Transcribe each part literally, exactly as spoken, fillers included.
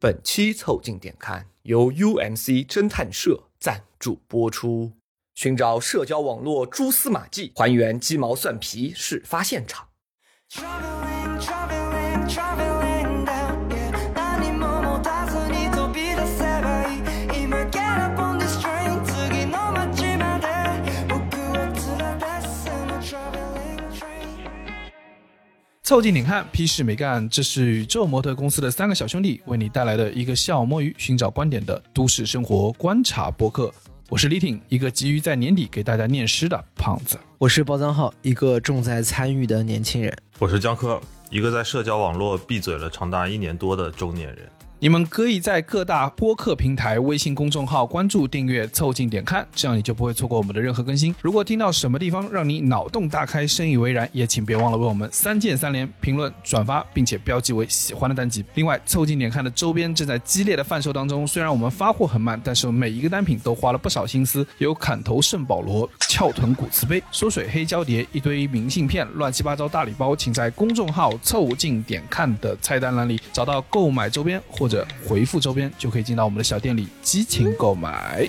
本期凑近点看由 U M C 侦探社赞助播出，寻找社交网络蛛丝马迹，还原鸡毛蒜皮事发现场。Traveling, traveling, traveling down, yeah. 何も持たずに飛び出せばいい。今 get up on this train、次の街まで僕を連れ出すの traveling train。 凑近点看，屁事没干，这是宇宙模特公司的三个小兄弟为你带来的一个笑摸鱼、寻找观点的都市生活观察播客。我是李挺，一个急于在年底给大家念诗的胖子。 我是包藏浩，一个重在参与的年轻人。 我是江科，一个在社交网络闭嘴了长达一年多的中年人。 你们可以在各大播客平台、微信公众号关注、订阅、凑近点看，这样你就不会错过我们的任何更新。如果听到什么地方让你脑洞大开、深以为然，也请别忘了为我们三键三连、评论、转发，并且标记为喜欢的单集。另外，凑近点看的周边正在激烈的贩售当中，虽然我们发货很慢，但是每一个单品都花了不少心思，有砍头圣保罗、翘臀骨瓷杯、缩水黑胶碟、一堆明信片、乱七八糟大礼包，请在公众号凑近点看的菜单栏里找到购买周边或者回复周边，就可以进到我们的小店里激情购买。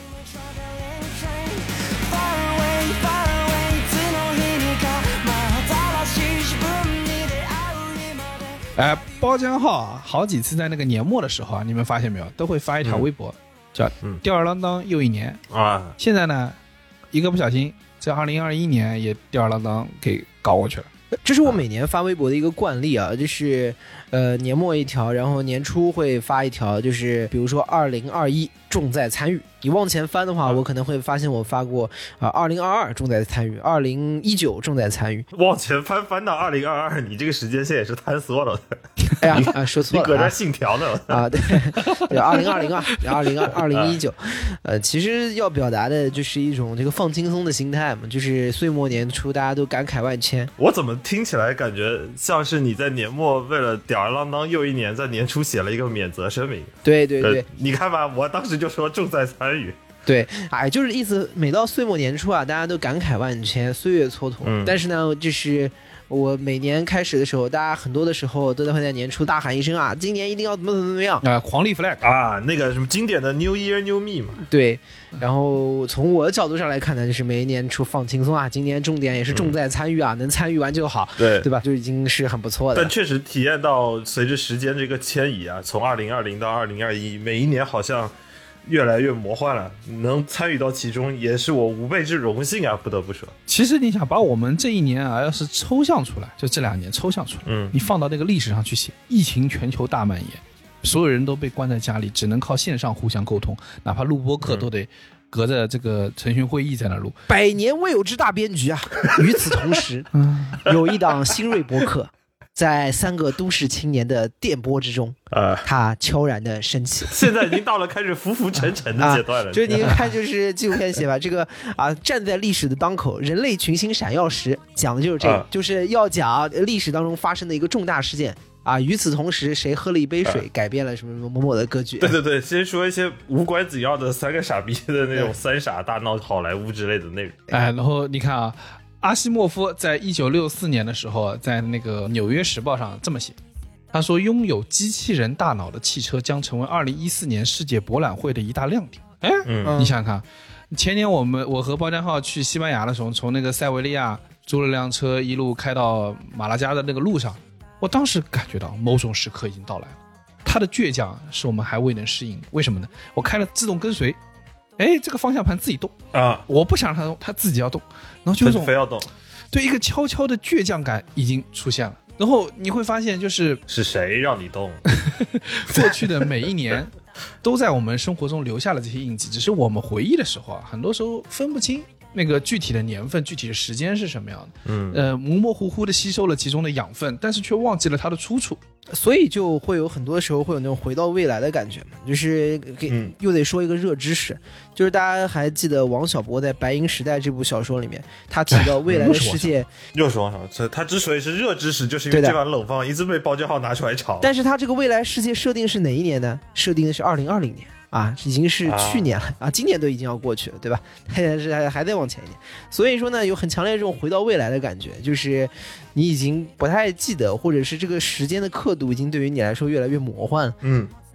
哎，包浆号啊，好几次在那个年末的时候啊，你们发现没有，都会发一条微博，嗯、叫“吊儿郎当又一年”啊。现在呢，一个不小心，这二零二一年也吊儿郎当给搞过去了。 这是我每年发微博的一个惯例啊，就是呃年末一条，然后年初会发一条，就是比如说二零二一重在参与。你往前翻的话，我可能会发现我发过啊二零二二重在参与，二零一九重在参与。 往前翻翻到二零二二，你这个时间线也是坍缩了。 哎呀啊，说错了， 你搁这信条呢啊？对对，二零二零二，二零二二零一九，呃，其实要表达的就是一种这个放轻松的心态嘛，就是岁末年初大家都感慨万千。 我怎么听起来感觉像是你在年末为了吊儿郎当又一年，在年初写了一个免责声明？ 对对对， 你看吧，我当时就说重在参与。 对，哎，就是意思，每到岁末年初啊，大家都感慨万千，岁月蹉跎。嗯，但是呢，就是我每年开始的时候，大家很多的时候都会在年初大喊一声啊，今年一定要怎么怎么怎么样啊，狂立 flag 啊，那个什么经典的 New Year New Me 嘛。 对，然后从我的角度上来看呢，就是每一年初放轻松啊，今年重点也是重在参与啊，嗯、能参与完就好， 对对吧？就已经是很不错的。 但确实体验到随着时间这个迁移啊，从二零二零到二零二一，每一年好像越来越魔幻了，能参与到其中也是我无辈之荣幸啊，不得不说。 其实你想把我们这一年啊，要是抽象出来，就这两年抽象出来，嗯，你放到那个历史上去写，疫情全球大蔓延，所有人都被关在家里，只能靠线上互相沟通，哪怕录播课都得隔着这个腾讯会议在那录， 百年未有之大变局啊！与此同时，有一档新锐播客。在三个都市青年的电波之中，呃，他悄然的升起， 现在已经到了开始浮浮沉沉的阶段了。 啊、就是你看，就是纪录片写吧，这个啊，站在历史的当口，人类群星闪耀时，讲的就是这个，啊、就是要讲历史当中发生的一个重大事件啊。与此同时，谁喝了一杯水，啊、改变了什么某某的格局？ 对对对，先说一些无关紧要的三个傻逼的那种三傻大闹好莱坞之类的内容。 哎，然后你看啊。阿西莫夫在一九六四年的时候，在那个《纽约时报》上这么写，他说：“拥有机器人大脑的汽车将成为二零一四年世界博览会的一大亮点。”哎，嗯，你想想看，前年我们我和包浆浩去西班牙的时候，从那个塞维利亚租了辆车，一路开到马拉加的那个路上，我当时感觉到某种时刻已经到来了。他的倔强是我们还未能适应，为什么呢？我开了自动跟随。哎，这个方向盘自己动啊！我不想让它动，它自己要动，然后就有种非要动， 对一个悄悄的倔强感已经出现了。然后你会发现，就是是谁让你动？ 过去的每一年都在我们生活中留下了这些印记，只是我们回忆的时候啊，很多时候分不清那个具体的年份、具体的时间是什么样的。嗯，呃，模模糊糊的吸收了其中的养分，但是却忘记了它的出处。 所以就会有很多时候会有那种回到未来的感觉嘛，就是给、嗯、又得说一个热知识，就是大家还记得王小波在《白银时代》这部小说里面，他提到未来的世界， 又是王小波，他之所以是热知识，就是因为这碗冷饭一直被包浆浩拿出来炒。 但是他这个未来世界设定是哪一年呢？设定的是二零二零年。啊，已经是去年了 啊, 啊，今年都已经要过去了，对吧？还是还还在往前一点，所以说呢，有很强烈的这种回到未来的感觉，就是你已经不太记得，或者是这个时间的刻度已经对于你来说越来越魔幻了。 嗯，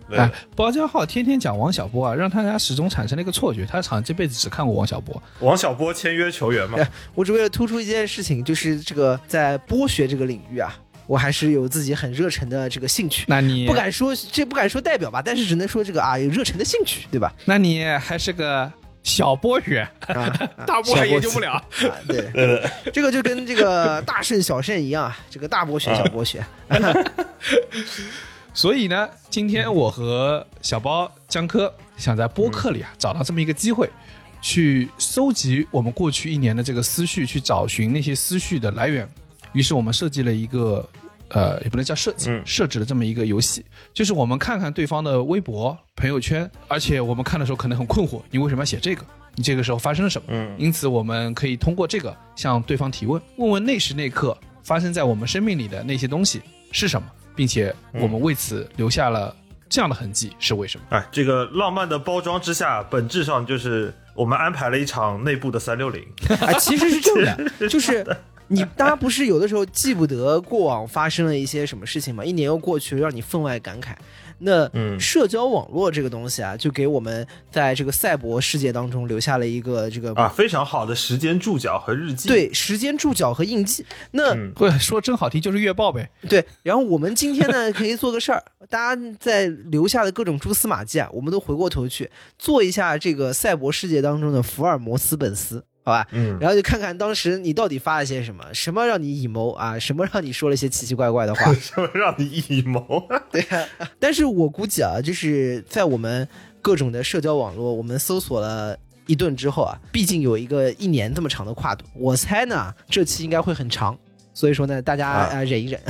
哎，包浆浩天天讲王小波啊，让大家始终产生了一个错觉，他好像这辈子只看过王小波。 王小波签约球员嘛？ 我只为了突出一件事情，就是这个在波学这个领域啊，我还是有自己很热忱的这个兴趣。 那你不敢说这不敢说代表吧，但是只能说这个啊有热忱的兴趣，对吧？ 那你还是个小波学，啊、大波还研究不了。 啊、对对对，这个就跟这个大圣小圣一样啊，这个大波学小波学。 所以呢，今天我和小包江科想在播客里啊、嗯、找到这么一个机会，去搜集我们过去一年的这个思绪，去找寻那些思绪的来源。于是我们设计了一个，呃，也不能叫设计，嗯、设置了这么一个游戏，就是我们看看对方的微博、朋友圈，而且我们看的时候可能很困惑，你为什么要写这个？你这个时候发生了什么？嗯，因此我们可以通过这个向对方提问，问问那时那刻发生在我们生命里的那些东西是什么。并且我们为此留下了这样的痕迹，是为什么？ 哎，这个浪漫的包装之下，本质上就是我们安排了一场内部的三六零。 啊，其实是这样的，就是你大家不是有的时候记不得过往发生了一些什么事情吗？一年又过去，让你分外感慨。那社交网络这个东西啊，就给我们在这个赛博世界当中留下了一个这个啊非常好的时间注脚和日记。 对，时间注脚和印记。那、嗯、 说真好听就是月报呗。 对，然后我们今天呢可以做个事儿，大家在留下的各种蛛丝马迹啊，我们都回过头去做一下这个赛博世界当中的福尔摩斯本斯。好吧，嗯，然后就看看当时你到底发了些什么，什么让你以谋啊，什么让你说了些奇奇怪怪的话， 什么让你以谋？ 对啊，但是我估计啊，就是在我们各种的社交网络，我们搜索了一顿之后啊，毕竟有一个一年这么长的跨度，我猜呢这期应该会很长，所以说呢，大家啊、呃、忍一忍。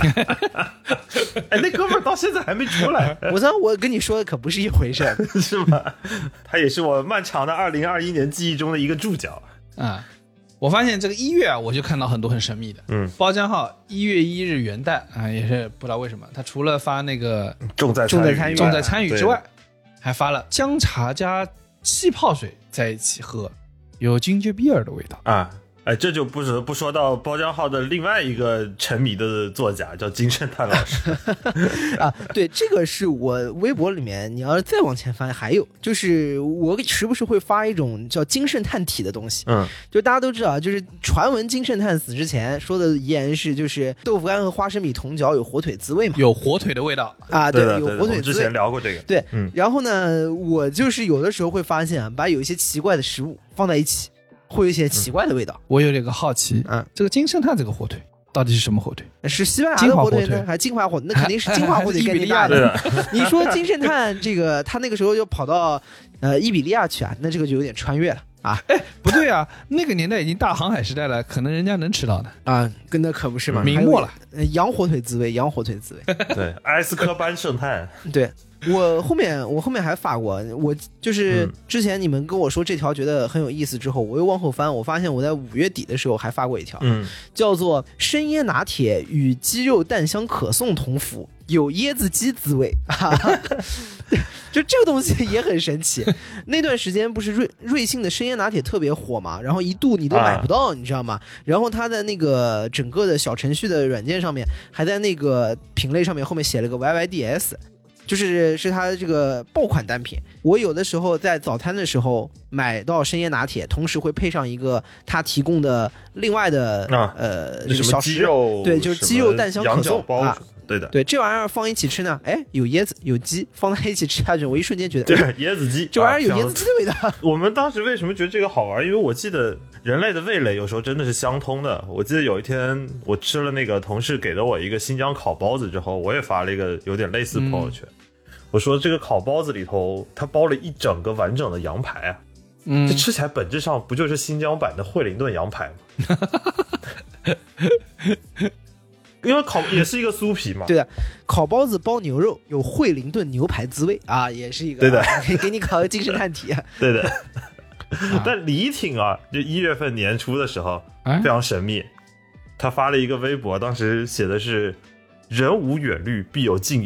哎，那哥们儿到现在还没出来， 我操，我跟你说的可不是一回事， 是吗？他也是我漫长的二零二一年记忆中的一个注脚啊。我发现这个一月啊，我就看到很多很神秘的，嗯，包浆浩一月一日元旦啊，也是不知道为什么，他除了发那个重在重在参与重在参与之外，还发了姜茶加气泡水在一起喝，有 ginger beer 的味道啊。哎，这就不是不说到包浆浩的另外一个沉迷的作家，叫金圣叹老师啊。对，这个是我微博里面，你要是再往前翻，还有就是我时不时会发一种叫金圣叹体的东西。嗯，就大家都知道，就是传闻金圣叹死之前说的遗言是，就是豆腐干和花生米同嚼有火腿滋味嘛， 有火腿的味道啊， 对， 有火腿滋味。 之前聊过这个， 对，嗯。然后呢，我就是有的时候会发现啊，把有一些奇怪的食物放在一起。会有一些奇怪的味道、嗯、 我有点个好奇，嗯，这个金圣叹这个火腿到底是什么火腿？ 是西班牙的火腿呢，还是金华火腿？那肯定是金华火腿，伊比利亚的。你说金圣叹这个，他那个时候就跑到呃伊比利亚去啊，那这个就有点穿越了啊。 哎，不对啊，那个年代已经大航海时代了，可能人家能吃到的啊，跟那可不是嘛， 明末了， 羊火腿滋味，羊火腿滋味。 对，埃斯科班圣叹， 对。我后面我后面还发过，我就是之前你们跟我说这条觉得很有意思之后，我又往后翻，我发现我在五月底的时候还发过一条，嗯，叫做生椰拿铁与鸡肉蛋香可颂同服，有椰子鸡滋味。就这个东西也很神奇。那段时间不是瑞瑞幸的生椰拿铁特别火嘛，然后一度你都买不到，啊、你知道吗？然后他在那个整个的小程序的软件上面，还在那个品类上面后面写了个 Y Y D S。就是是它这个爆款单品，我有的时候在早餐的时候买到生椰拿铁，同时会配上一个它提供的另外的、啊、呃这个小食，对，就是鸡肉蛋香可颂啊， 对的， 对，这玩意儿放一起吃呢，哎，有椰子有鸡放在一起吃下去，我一瞬间觉得， 对，椰子鸡， 这玩意儿有椰子鸡的味道、啊。 我们当时为什么觉得这个好玩？因为我记得人类的味蕾有时候真的是相通的。我记得有一天我吃了那个同事给了我一个新疆烤包子之后，我也发了一个有点类似朋友圈。嗯，我说这个烤包子里头，它包了一整个完整的羊排啊，嗯，这吃起来本质上不就是新疆版的惠灵顿羊排吗？因为烤也是一个酥皮嘛， 对的，烤包子包牛肉有惠灵顿牛排滋味啊，也是一个， 对的， 可以给你烤个精神探体啊， 对的。但李挺啊，就一月份年初的时候，非常神秘，他发了一个微博，当时写的是。人无远虑，必有近忧。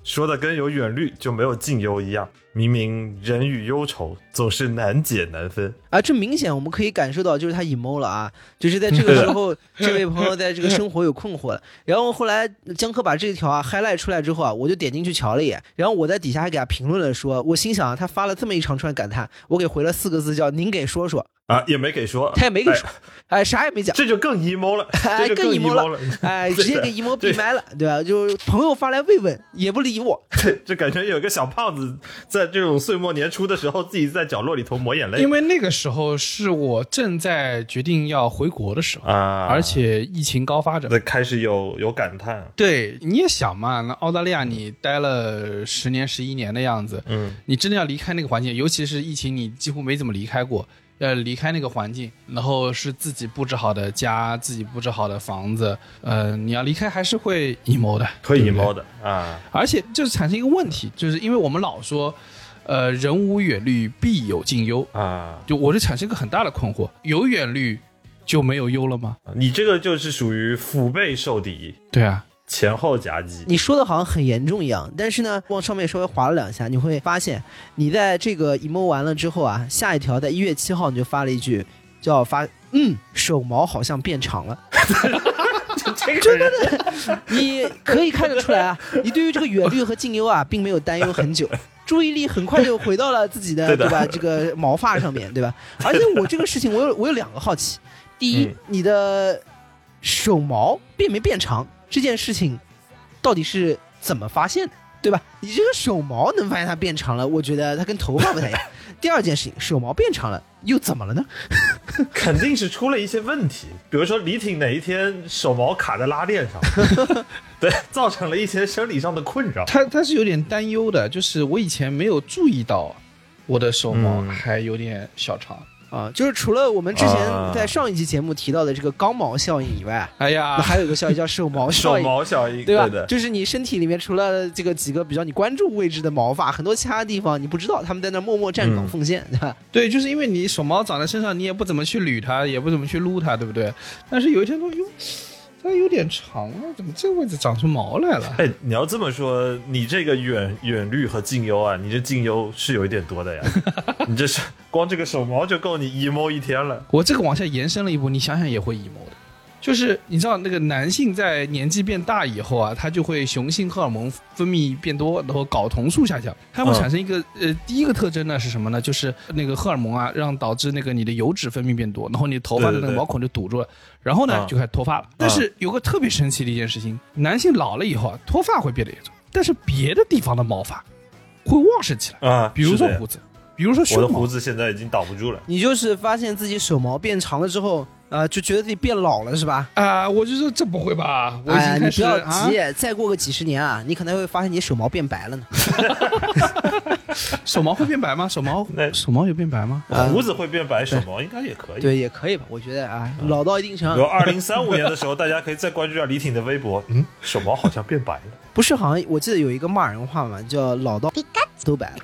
说的跟有远虑就没有近忧一样，明明人与忧愁总是难解难分啊，这明显我们可以感受到就是他 emo 了啊，就是在这个时候这位朋友在这个生活有困惑了。然后后来江科把这条啊 highlight 出来之后啊，我就点进去瞧了一眼，然后我在底下还给他评论了说，我心想他发了这么一长串感叹，我给回了四个字叫您给说说啊，也没给说， 他也没给说，哎，哎啥也没讲， 这就更 emo 了， 哎， 这就更 emo 了， 了哎，直接给 emo 闭麦了，对吧？就朋友发来慰问也不理我， 对，就感觉有个小胖子在这种岁末年初的时候，自己在角落里头抹眼泪。 因为那个时候是我正在决定要回国的时候啊， 而且疫情高发着， 开始有有感叹。 对，你也想嘛，那澳大利亚你待了十年、十一年的样子， 嗯， 你真的要离开那个环境，尤其是疫情，你几乎没怎么离开过。要离开那个环境，然后是自己布置好的家，自己布置好的房子，呃，你要离开还是会 emo 的， 会 emo 的啊。 而且就是产生一个问题，就是因为我们老说，呃，人无远虑，必有近忧啊， 就我就产生一个很大的困惑，有远虑就没有忧了吗？ 你这个就是属于腹背受敌。 对啊。 前后夹击， 你说的好像很严重一样，但是呢，往上面稍微滑了两下，你会发现，你在这个 emo 完了之后啊，下一条在一月七号你就发了一句，叫发，嗯，手毛好像变长了。真的的，你可以看得出来啊，你对于这个远虑和近忧啊，并没有担忧很久，注意力很快就回到了自己的 对, 对吧？这个毛发上面对吧？而且我这个事情，我有我有两个好奇，第一，嗯、你的手毛变没变长？这件事情到底是怎么发现的，对吧？你这个手毛能发现它变长了，我觉得它跟头发不太一样。第二件事情，手毛变长了又怎么了呢？ 肯定是出了一些问题，比如说李挺哪一天手毛卡在拉链上，对，造成了一些生理上的困扰。 他他是有点担忧的，就是我以前没有注意到我的手毛还有点小长。嗯啊，就是除了我们之前在上一期节目提到的这个肛毛效应以外， 哎呀， 那还有一个效应叫手毛效应， 手毛效应， 对吧？ 对的， 就是你身体里面除了这个几个比较你关注位置的毛发，很多其他地方你不知道，他们在那默默站岗奉献，嗯、对吧？ 对，就是因为你手毛长在身上，你也不怎么去捋它，也不怎么去撸它，对不对？但是有一天说，哟，它有点长了，怎么这个位置长出毛来了？ 哎，你要这么说，你这个远远虑和近忧啊，你这近忧是有一点多的呀。你这是光这个手毛就够你 emo 一天了。 我这个往下延伸了一步，你想想也会 emo 的。就是你知道那个男性在年纪变大以后啊，他就会雄性荷尔蒙分泌变多，然后睾酮素下降，它会产生一个、嗯、呃第一个特征呢是什么呢？就是那个荷尔蒙啊，让导致那个你的油脂分泌变多，然后你头发的那个毛孔就堵住了，对对对，然后呢、嗯、就开始脱发了。但是有个特别神奇的一件事情，男性老了以后啊，脱发会变得严重，但是别的地方的毛发会旺盛起来啊， 比如说胡子。比如说胸毛， 我的胡子现在已经挡不住了。 你就是发现自己手毛变长了之后，啊、呃，就觉得自己变老了，是吧？ 啊、呃，我就说这不会吧？我已经开始、 哎、你不要急、啊，再过个几十年啊，你可能会发现你手毛变白了呢。 手毛会变白吗？手毛手毛有变白吗？ 啊、胡子会变白，手毛应该也可以。 对，也可以吧？我觉得啊，老到一定程度。 比如二零三五年的时候，大家可以再关注一下李挺的微博，嗯，手毛好像变白了。 不是，好像我记得有一个骂人话嘛，叫老到都白了。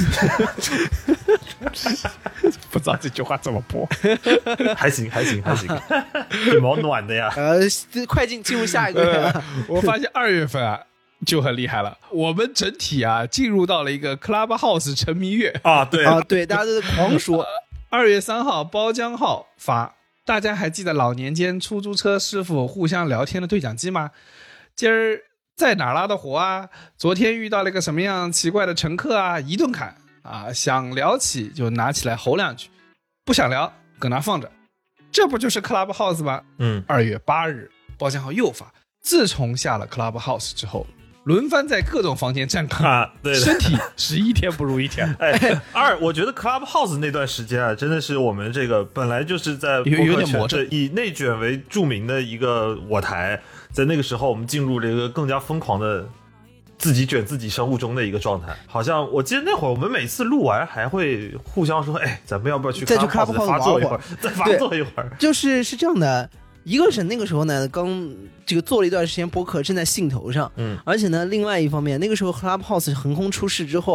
不知道这句话怎么播。 还行，还行，还行，羽毛暖的呀。 呃，快进进入下一个月、 呃。我发现二月份啊就很厉害了，我们整体啊进入到了一个 Clubhouse 沉迷月啊，对啊，对，大家都在狂说。 二月三号，包浆号发，大家还记得老年间出租车师傅互相聊天的对讲机吗？今儿在哪儿拉的活啊？昨天遇到了一个什么样奇怪的乘客啊？一顿砍啊！想聊起就拿起来吼两句，不想聊搁那放着，这不就是 Clubhouse 吗？ 嗯， 二月八日，包浆号又发，自从下了 Clubhouse 之后，轮番在各种房间站岗啊，对， 身体十一天不如一天。 哎，二，我觉得 Clubhouse 那段时间啊，真的是我们这个本来就是在有有点魔怔， 以内卷为著名的一个我台，在那个时候我们进入了一个更加疯狂的自己卷自己生物钟的一个状态。好像我记得那会儿我们每次录完还会互相说，哎，咱们要不要去 Clubhouse 再发作一会儿，再发作一会儿。 就是是这样的。一个是那个时候呢，刚这个做了一段时间播客，正在兴头上， 嗯， 而且呢，另外一方面，那个时候 Clubhouse 横空出世之后啊，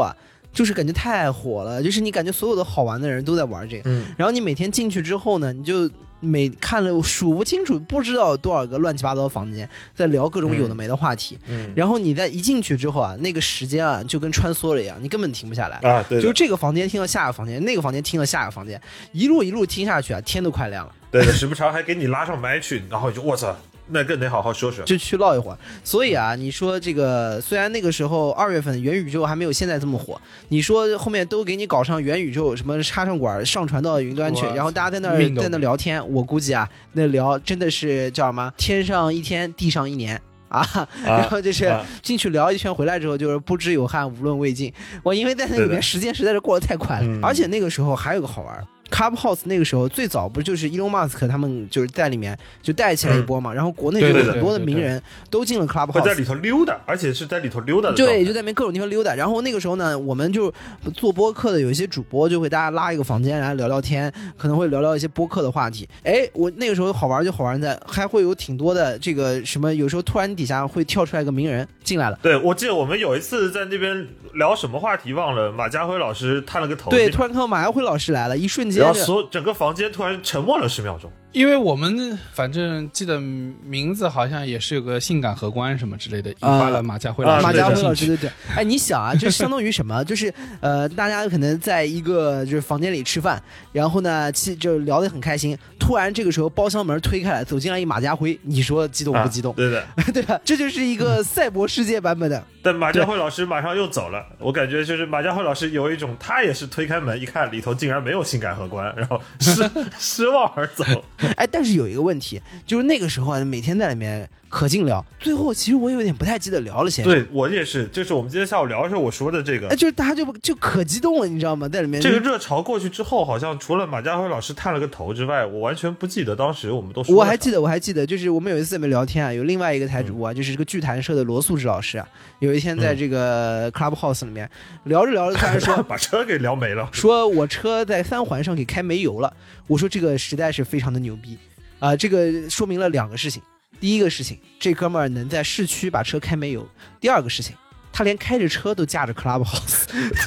就是感觉太火了，就是你感觉所有的好玩的人都在玩这个，嗯，然后你每天进去之后呢，你就每看了数不清楚，不知道有多少个乱七八糟的房间，在聊各种有的没的话题，嗯，然后你在一进去之后啊，那个时间啊就跟穿梭了一样，你根本停不下来啊，对， 就是这个房间听到下个房间，那个房间听到下个房间，一路一路听下去啊，天都快亮了。 对的，时不常还给你拉上麦去，然后你就我操。那更得好好说说， 就去唠一会儿。所以啊，你说这个虽然那个时候二月份元宇宙还没有现在这么火，你说后面都给你搞上元宇宙，什么插上管上传到云端去，然后大家在那儿在那聊天，我估计啊，那聊真的是叫什么？天上一天，地上一年。啊，然后就是进去聊一圈，回来之后就是不知有汉，无论魏晋。我因为在那里面时间实在是过得太快了，嗯、而且那个时候还有个好玩。Clubhouse 那个时候最早不就是 Elon Musk 他们就是在里面就带起来一波嘛，嗯、然后国内有很多的名人都进了 Clubhouse， 会在里头溜达，而且是在里头溜达的， 对，就在里面各种地方溜达。然后那个时候呢，我们就做播客的有一些主播就会大家拉一个房间，然后聊聊天，可能会聊聊一些播客的话题。哎，我那个时候好玩就好玩在还会有挺多的这个什么，有时候突然底下会跳出来个名人进来了。 对，我记得我们有一次在那边聊什么话题忘了，马家辉老师探了个头， 对，突然看到马家辉老师来了，一瞬间， 然后所整个房间突然沉默了十秒钟， 因为我们反正记得名字好像也是有个性感荷官什么之类的，引发了马家辉老师、 呃。马家辉老师，对对。哎，你想啊，就相当于什么？就是呃，大家可能在一个就是房间里吃饭，然后呢，就聊得很开心。突然这个时候包厢门推开来，走进来一马家辉，你说激动不激动？ 啊、对的， 对吧？这就是一个赛博世界版本的。 但马家辉老师马上又走了，我感觉就是马家辉老师有一种，他也是推开门一看，里头竟然没有性感荷官，然后失失望而走。 哎，但是有一个问题，就是那个时候啊，每天在里面可劲聊，最后其实我有点不太记得聊了些。 对，我也是，就是我们今天下午聊的时候我说的这个， 哎，就是大家就就可激动了，你知道吗？在里面这个热潮过去之后，好像除了马家辉老师探了个头之外，我完全不记得当时我们都说。 我还记得，我还记得，就是我们有一次在那边聊天啊，有另外一个台主播啊，嗯、就是这个剧坛社的罗素志老师啊，有一天在这个 Clubhouse 里面、嗯、聊着聊着，突然说把车给聊没了， 说我车在三环上给开没油了。我说这个实在是非常的牛逼啊、呃！这个说明了两个事情。第一个事情，这哥们儿能在市区把车开没油；第二个事情，他连开着车都驾着 Clubhouse。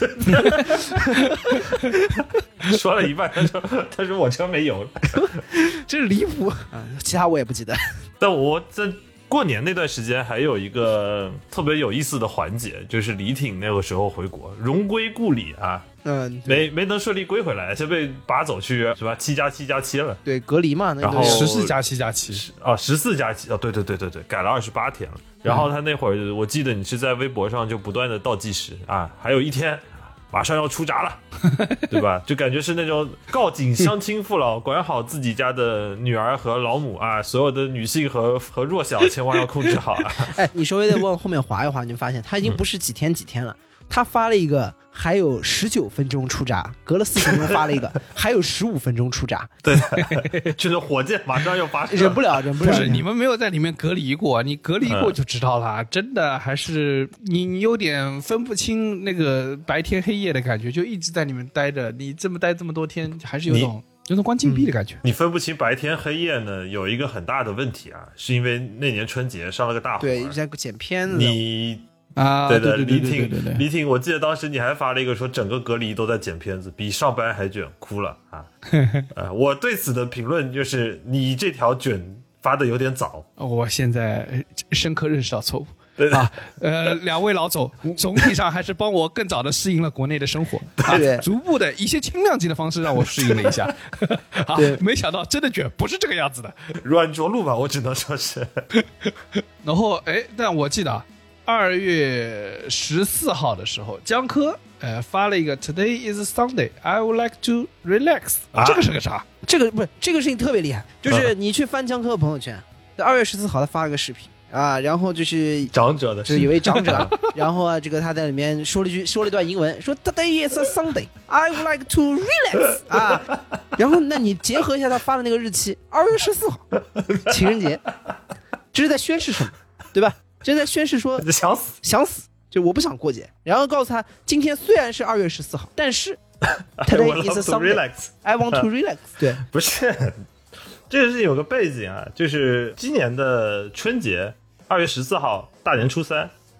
说了一半，他说：“他说我车没油了。” 这是离谱啊！其他我也不记得。 但我在过年那段时间还有一个特别有意思的环节，就是李挺那个时候回国，荣归故里啊。 嗯， 没没能顺利归回来，就被拔走去是吧？七加七加七了， 对，隔离嘛， 然后十四加七加七啊，十四加七哦，对对对对对，改了二十八天了。然后他那会儿，我记得你是在微博上就不断的倒计时啊，还有一天，马上要出闸了，对吧？就感觉是那种告警乡亲父老，管好自己家的女儿和老母啊，所有的女性和和弱小，千万要控制好啊。 哎，你稍微再往后面滑一滑，你就发现他已经不是几天几天了，嗯、他发了一个。还有十九分钟出闸，隔了四分钟发了一个，还有十五分钟出闸。 对，就是火箭马上要发射， 忍不了，忍不了。 不是你们没有在里面隔离过，你隔离过就知道了，嗯、真的还是你你有点分不清那个白天黑夜的感觉，就一直在里面待着。你这么待这么多天，还是有种有种关禁闭的感觉、嗯。 你分不清白天黑夜呢，有一个很大的问题啊，是因为那年春节上了个大火， 对，在剪片子。 你。 啊， 对的， 李挺，李挺，我记得当时你还发了一个说整个隔离都在剪片子，比上班还卷，哭了啊！呃，我对此的评论就是你这条卷发的有点早， 我现在深刻认识到错误。 对啊，呃，两位老总总体上还是帮我更早的适应了国内的生活，啊、 对， 逐步的一些轻量级的方式让我适应了一下。啊， 对， 没想到真的卷不是这个样子的， 软着陆吧，我只能说是。 然后，哎，但我记得啊。二月十四号的时候，江科呃发了一个 Today is Sunday, I would like to relax、啊、这个是个啥？ 这个不是这个事情特别厉害，就是你去翻江科的朋友圈，在二月十四号他发了个视频啊，然后就是长者的， 就是有位长者，然后啊这个他在里面说了一句说了一段英文，说 Today is a Sunday, I would like to relax 啊，然后那你结合一下他发的那个日期，二月十四号，情人节，这是在宣示什么？对吧？就在宣示说想死想死，就我不想过节，然后告诉他今天虽然是二月十四号，但是 Today is a Sunday, I want to relax。对， 不是，这个是有个背景啊，就是今年的春节二月十四号大年初三，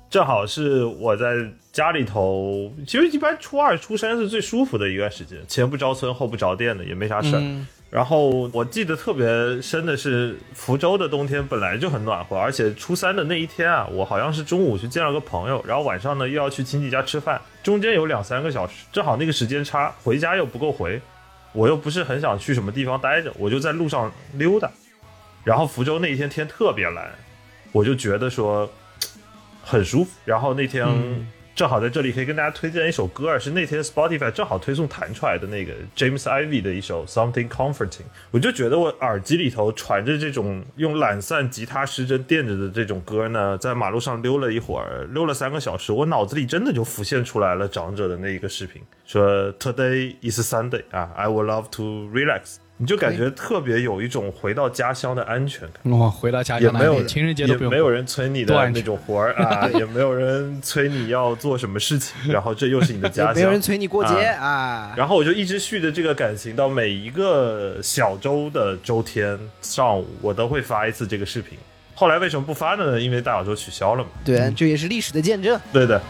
正好是我在家里头，其实一般初二初三是最舒服的一段时间，前不着村后不着店的，也没啥事儿、嗯、然后我记得特别深的是福州的冬天本来就很暖和，而且初三的那一天啊，我好像是中午去见了个朋友，然后晚上呢又要去亲戚家吃饭，中间有两三个小时，正好那个时间差，回家又不够回，我又不是很想去什么地方待着，我就在路上溜达，然后福州那一天天特别蓝，我就觉得说很舒服。然后那天正好在这里可以跟大家推荐一首歌，是那天 Spotify 正好推送弹出来的那个 James Ivy 的一首 Something Comforting， 我就觉得我耳机里头传着这种用懒散吉他失真垫着的这种歌呢，在马路上溜了一会儿，溜了三个小时，我脑子里真的就浮现出来了长者的那一个视频，说 Today is Sunday 啊 I would love to relax，你就感觉特别有一种回到家乡的安全感。 哇、哦，回到家乡的安全，情人节都不用， 也没有人催你的那种活儿啊，也没有人催你要做什么事情，然后这又是你的家乡， 也没有人催你过节 啊, 啊。 然后我就一直续着这个感情，到每一个小周的周天上午，我都会发一次这个视频。后来为什么不发呢？因为大小周取消了嘛。 对、嗯，这也是历史的见证。 对的。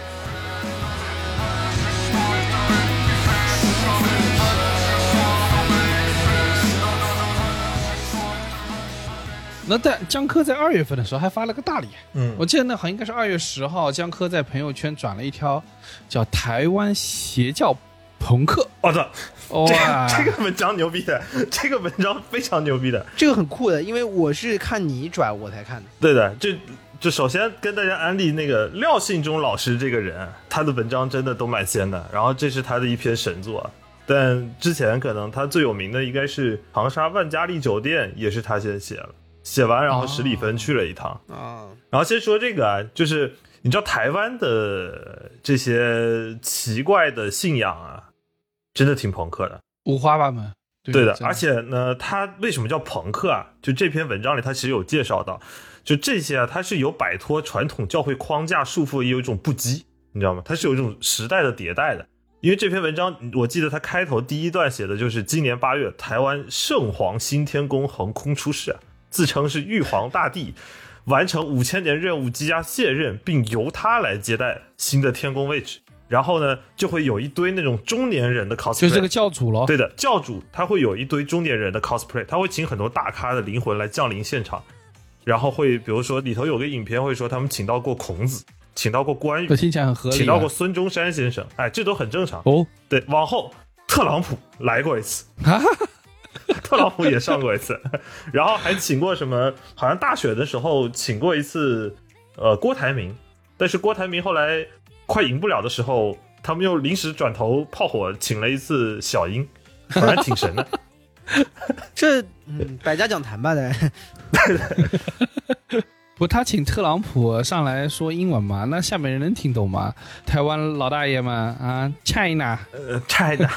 那在江科在二月份的时候还发了个大礼， 嗯， 我记得那好像应该是二月十号，江科在朋友圈转了一条叫台湾邪教朋克， 我操， 哇， 这个文章牛逼的，这个文章非常牛逼的， 这个很酷的，因为我是看你转我才看的。 对的，就就首先跟大家安利那个廖信忠老师这个人，他的文章真的都蛮仙的，然后这是他的一篇神作。但之前可能他最有名的应该是长沙万家丽酒店，也是他先写了。写完，然后十里芬去了一趟啊、哦，然后先说这个啊，就是你知道台湾的这些奇怪的信仰啊，真的挺朋克的， 五花八门。 对, 对的，而且呢，它为什么叫朋克啊？就这篇文章里，它其实有介绍到，就这些啊，它是有摆脱传统教会框架束缚，也有一种不羁，你知道吗？它是有一种时代的迭代的。因为这篇文章，我记得它开头第一段写的就是今年八月，台湾圣皇新天宫横空出世啊。自称是玉皇大帝，完成五千年任务即将卸任，并由他来接待新的天宫位置。然后呢，就会有一堆那种中年人的 cosplay， 就是这个教主咯。 对的，教主他会有一堆中年人的 cosplay， 他会请很多大咖的灵魂来降临现场，然后会比如说里头有个影片会说他们请到过孔子，请到过关羽， 听起来很合理、啊， 请到过孙中山先生，哎，这都很正常哦。 对，往后特朗普来过一次。特朗普也上过一次，然后还请过什么？好像大选的时候请过一次，呃，郭台铭。但是郭台铭后来快赢不了的时候，他们又临时转头炮火请了一次小英，反正挺神的。 这嗯，百家讲坛吧的。 对的。 不，他请特朗普上来说英文嘛，那下面人能听懂吗？台湾老大爷们啊 ，China， 呃 ，China。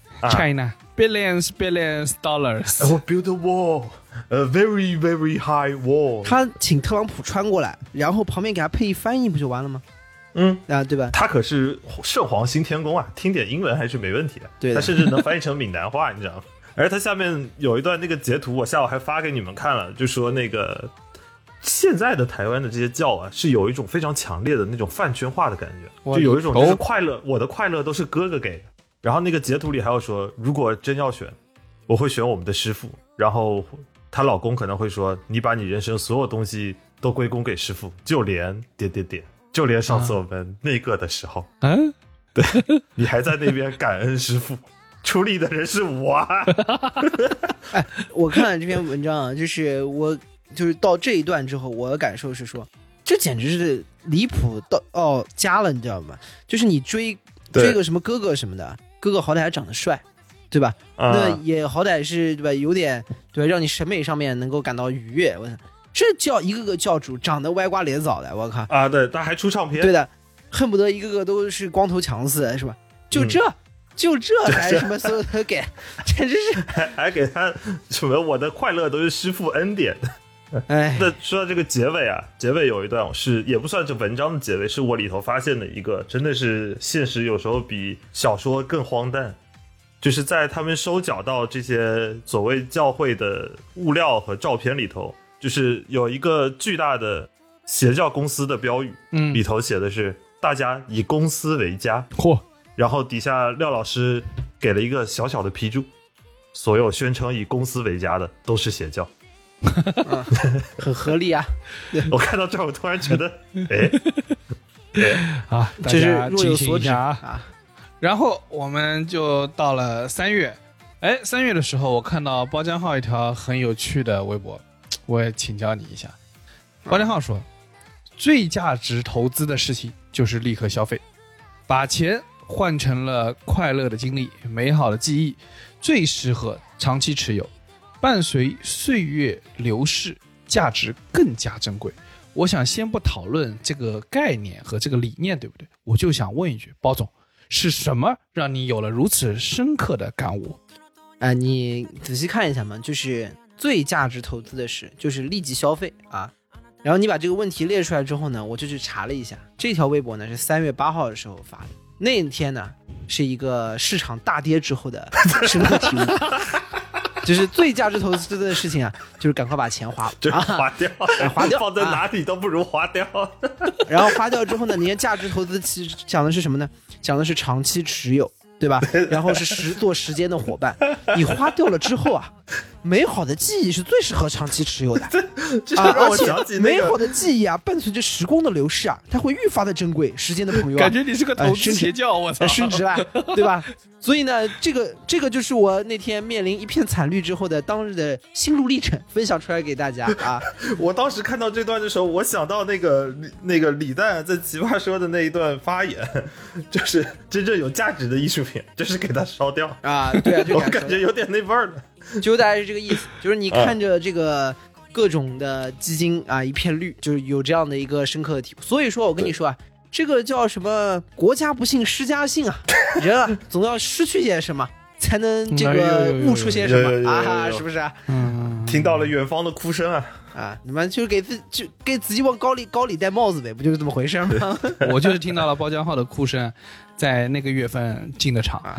China billions billions dollars. I will build a wall, a very very high wall. 他请特朗普穿过来，然后旁边给他配一翻译，不就完了吗？ 嗯啊，对吧？ 他可是圣皇新天宫啊，听点英文还是没问题的。 对的， 他甚至能翻译成闽南话，你知道吗？而他下面有一段那个截图，我下午还发给你们看了，就说那个现在的台湾的这些教啊，是有一种非常强烈的那种饭圈化的感觉，就有一种就是快乐，我的快乐都是哥哥给的。然后那个截图里还有说，如果真要选，我会选我们的师父。然后她老公可能会说，你把你人生所有东西都归功给师父，就连点点点，就连上次我们那个的时候， 嗯、啊， 对，你还在那边感恩师父，出力的人是我啊。 哎，我看了这篇文章啊，就是我就是到这一段之后，我的感受是说，这简直是离谱到哦家了，你知道吗？就是你追追个什么哥哥什么的。哥哥好歹还长得帅，对吧？啊、那也好歹是对吧？有点对吧？让你审美上面能够感到愉悦。我这教一个个教主长得歪瓜裂枣的，我靠啊！对，他还出唱片， 对的，恨不得一个个都是光头强似的，是吧？就这，嗯、就这还什么所有的给，简直是还还给他什么？我的快乐都是师父恩典。 哎， 那说到这个结尾啊，结尾有一段是也不算是文章的结尾，是我里头发现的一个，真的是现实有时候比小说更荒诞。就是在他们收缴到这些所谓教会的物料和照片里头，就是有一个巨大的邪教公司的标语， 嗯， 里头写的是大家以公司为家， 嚯， 然后底下廖老师给了一个小小的批注，所有宣称以公司为家的都是邪教。 嗯、很合理啊。 我看到这儿，我突然觉得，哎， 啊，大这是家若有所指记一下啊。 啊。 然后我们就到了三月，哎，三月的时候，我看到包浆号一条很有趣的微博，我也请教你一下。包浆号说，最价值投资的事情就是立刻消费，把钱换成了快乐的经历、美好的记忆，最适合长期持有，伴随岁月流逝，价值更加珍贵。我想先不讨论这个概念和这个理念，对不对？我就想问一句，包总，是什么让你有了如此深刻的感悟？ 呃，你仔细看一下嘛，就是最价值投资的是就是立即消费啊。然后你把这个问题列出来之后呢，我就去查了一下，这条微博呢是三月八号的时候发的，那天呢是一个市场大跌之后的深刻体悟。就是最价值投资的事情啊，就是赶快把钱花， 就是花掉， 啊、花掉， 放在哪里都不如花掉。啊、 然后花掉之后呢，你看价值投资其实讲的是什么呢？讲的是长期持有，对吧？然后是时做时间的伙伴。你花掉了之后啊，美好的记忆是最适合长期持有的。 这让我想起、那个啊、美好的记忆啊，伴随着时光的流逝啊，它会愈发的珍贵。时间的朋友、啊， 感觉你是个投资邪教，我操， 升值了，对吧？所以呢，这个这个就是我那天面临一片惨绿之后的当日的心路历程，分享出来给大家啊。 我当时看到这段的时候，我想到那个那个李诞在奇葩说的那一段发言，就是真正有价值的艺术品，就是给它烧掉啊。对啊，对啊， 我感觉有点那味儿了。 就大概是这个意思，就是你看着这个各种的基金啊，一片绿，就是有这样的一个深刻的体悟。所以说我跟你说啊，这个叫什么国家不幸失家幸啊，人啊总要失去些什么，才能这个悟出些什么啊，是不是啊？ 嗯， 听到了远方的哭声啊啊！你们就是给自就给自己往高里高里戴帽子呗，不就是这么回事吗？ 我就是听到了包浆号的哭声，在那个月份进的场，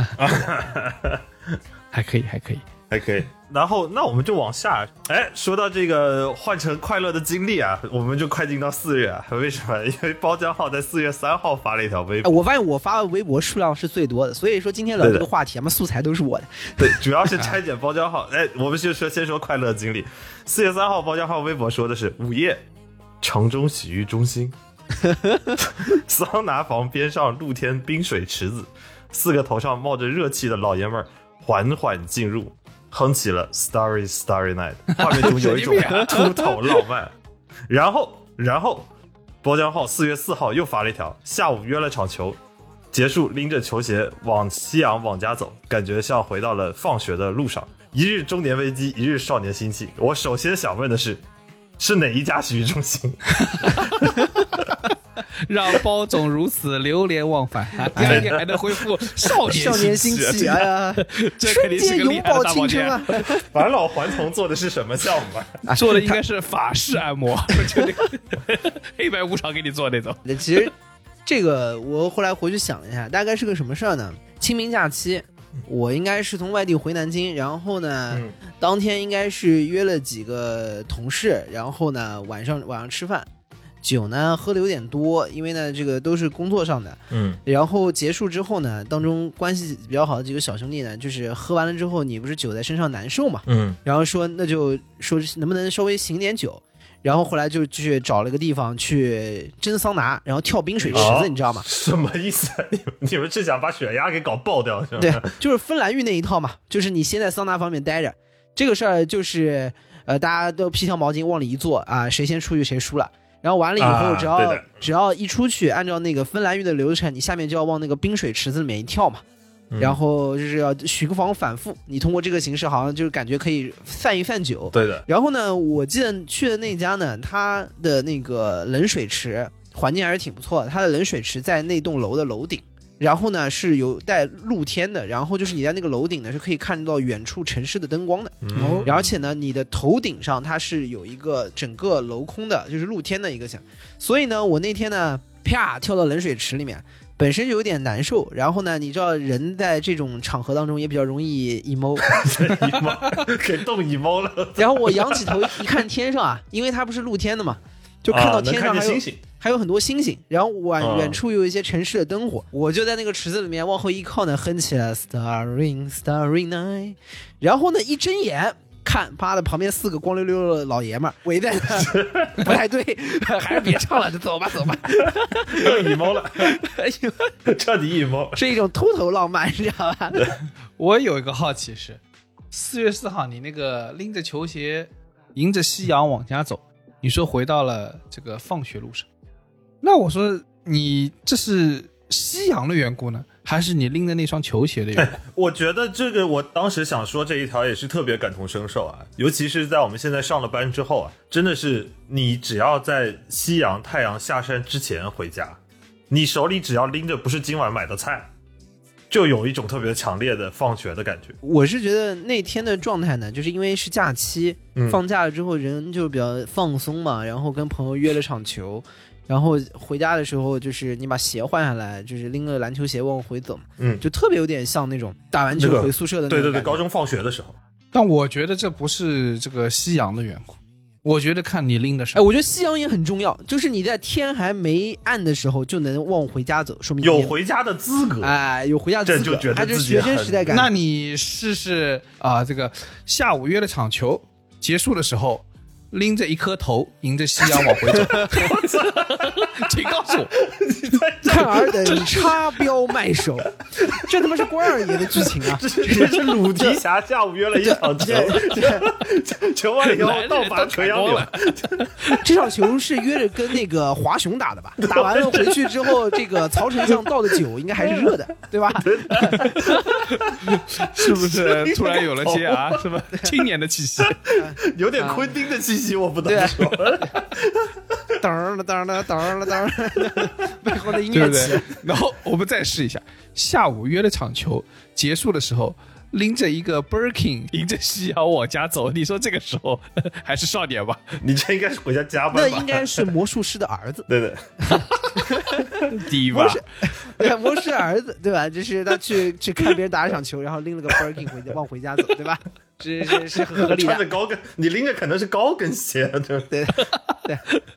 还可以，还可以。 还可以，然后那我们就往下，哎，说到这个换成快乐的经历啊，我们就快进到四月啊。为什么？因为包浆号在四月三号发了一条微博、 哎，我发现我发的微博数量是最多的，所以说今天聊这个话题，咱们素材都是我的。 对，主要是拆解包浆号。哎，我们就说先说快乐经历。四月三号，包浆号微博说的是午夜，城中洗浴中心，桑拿房边上露天冰水池子，四个头上冒着热气的老爷们儿缓缓进入。哼起了 Starry Starry Night， 画面中有一种秃头浪漫。然后，然后，包浆号四月四号又发了一条，下午约了场球，结束拎着球鞋往夕阳往家走，感觉像回到了放学的路上。一日中年危机，一日少年心气。我首先想问的是，是哪一家洗浴中心？ 让包总如此流连忘返，第二天还能恢复少年少年心气，哎呀，瞬间永葆青春啊！ 返老还童做的是什么项目啊？做的应该是法式按摩，就那个黑白无常给你做那种。 其实这个我后来回去想了一下，大概是个什么事儿呢？清明假期，我应该是从外地回南京，然后呢，嗯、当天应该是约了几个同事，然后呢晚上晚上吃饭。酒呢喝的有点多，因为呢这个都是工作上的， 嗯， 然后结束之后呢，当中关系比较好的几个小兄弟呢，就是喝完了之后，你不是酒在身上难受嘛， 嗯， 然后说那就说能不能稍微醒点酒，然后后来就去找了个地方去蒸桑拿，然后跳冰水池子，哦、你知道吗？ 什么意思？你们你们是想把血压给搞爆掉是吧？ 对，就是芬兰浴那一套嘛，就是你先在桑拿房里面待着，这个事儿就是呃大家都披条毛巾往里一坐啊，谁先出去谁输了。然后完了以后，只要、啊、只要一出去，按照那个芬兰浴的流程，你下面就要往那个冰水池子里面一跳嘛，嗯、然后就是要循环反复。你通过这个形式，好像就是感觉可以散一散酒。 对的。 然后呢，我记得去的那家呢，它的那个冷水池环境还是挺不错的，它的冷水池在那栋楼的楼顶。然后呢是有带露天的，然后就是你在那个楼顶呢是可以看到远处城市的灯光的， 嗯、 而且呢你的头顶上它是有一个整个镂空的，就是露天的一个像，所以呢我那天呢啪跳到冷水池里面，本身就有点难受，然后呢你知道人在这种场合当中也比较容易 emo， 给冻 emo 了， 然后我仰起头一看天上啊，因为它不是露天的嘛。 就看到天啊、 上还有、 星星， 还有很多星星，然后远、 啊、 远处有一些城市的灯火，我就在那个池子里面往后一靠呢，哼起了 Starry Starry Night， 然后呢一睁眼。看，妈的，旁边四个光溜溜的老爷们儿围在那，不太对，还是别唱了，就走吧，走吧。 又 emo 了，彻底 emo， 是一种秃头浪漫，你知道吧？ 我有一个好奇是，四月四号你那个拎着球鞋，迎着夕阳往家走，你说回到了这个放学路上，那我说你这是夕阳的缘故呢？还是你拎的那双球鞋的缘故、 哎、我觉得这个我当时想说这一条也是特别感同身受啊，尤其是在我们现在上了班之后啊，真的是你只要在夕阳太阳下山之前回家，你手里只要拎着不是今晚买的菜，就有一种特别强烈的放学的感觉。 我是觉得那天的状态呢，就是因为是假期、嗯、放假了之后人就比较放松嘛，然后跟朋友约了场球，然后回家的时候就是你把鞋换下来，就是拎个篮球鞋往回走， 嗯， 就特别有点像那种打完球回宿舍的那种、 那个、对对对，高中放学的时候。 但我觉得这不是这个夕阳的缘故，我觉得看你拎的什么。 哎，我觉得夕阳也很重要，就是你在天还没暗的时候就能往回家走，说明有回家的资格。 哎，有回家的资格， 这就觉得自己还是学生时代感。 那你试试啊、呃，这个下午约了场球，结束的时候。拎着一颗头，迎着夕阳往回走，请告诉我， 看尔等插标卖首，这他妈是关二爷的剧情啊！ 这这是鲁提辖下午约了一场球，球完了以后倒拔垂杨柳。 这场球是约着跟那个华雄打的吧？打完了回去之后，这个曹丞相倒的酒应该还是热的，对吧？ 是不是突然有了些啊什么青年的气息， 有点昆汀的气息。我不得说， 当了当了当了当了，背后的音乐起。 然后我们再试一下，下午约了场球，结束的时候拎着一个 Birkin， 迎着夕阳往家走。你说这个时候还是少年吧？ 你这应该是回家加班吧？ 那应该是魔术师的儿子。 对对， 第一吧。 对，魔术师儿子对吧？就是他去去看别人打一场球，然后拎了个 Birkin 回往回家走，对吧？是是是很合理的。 穿着高跟，你拎着可能是高跟鞋，对对对。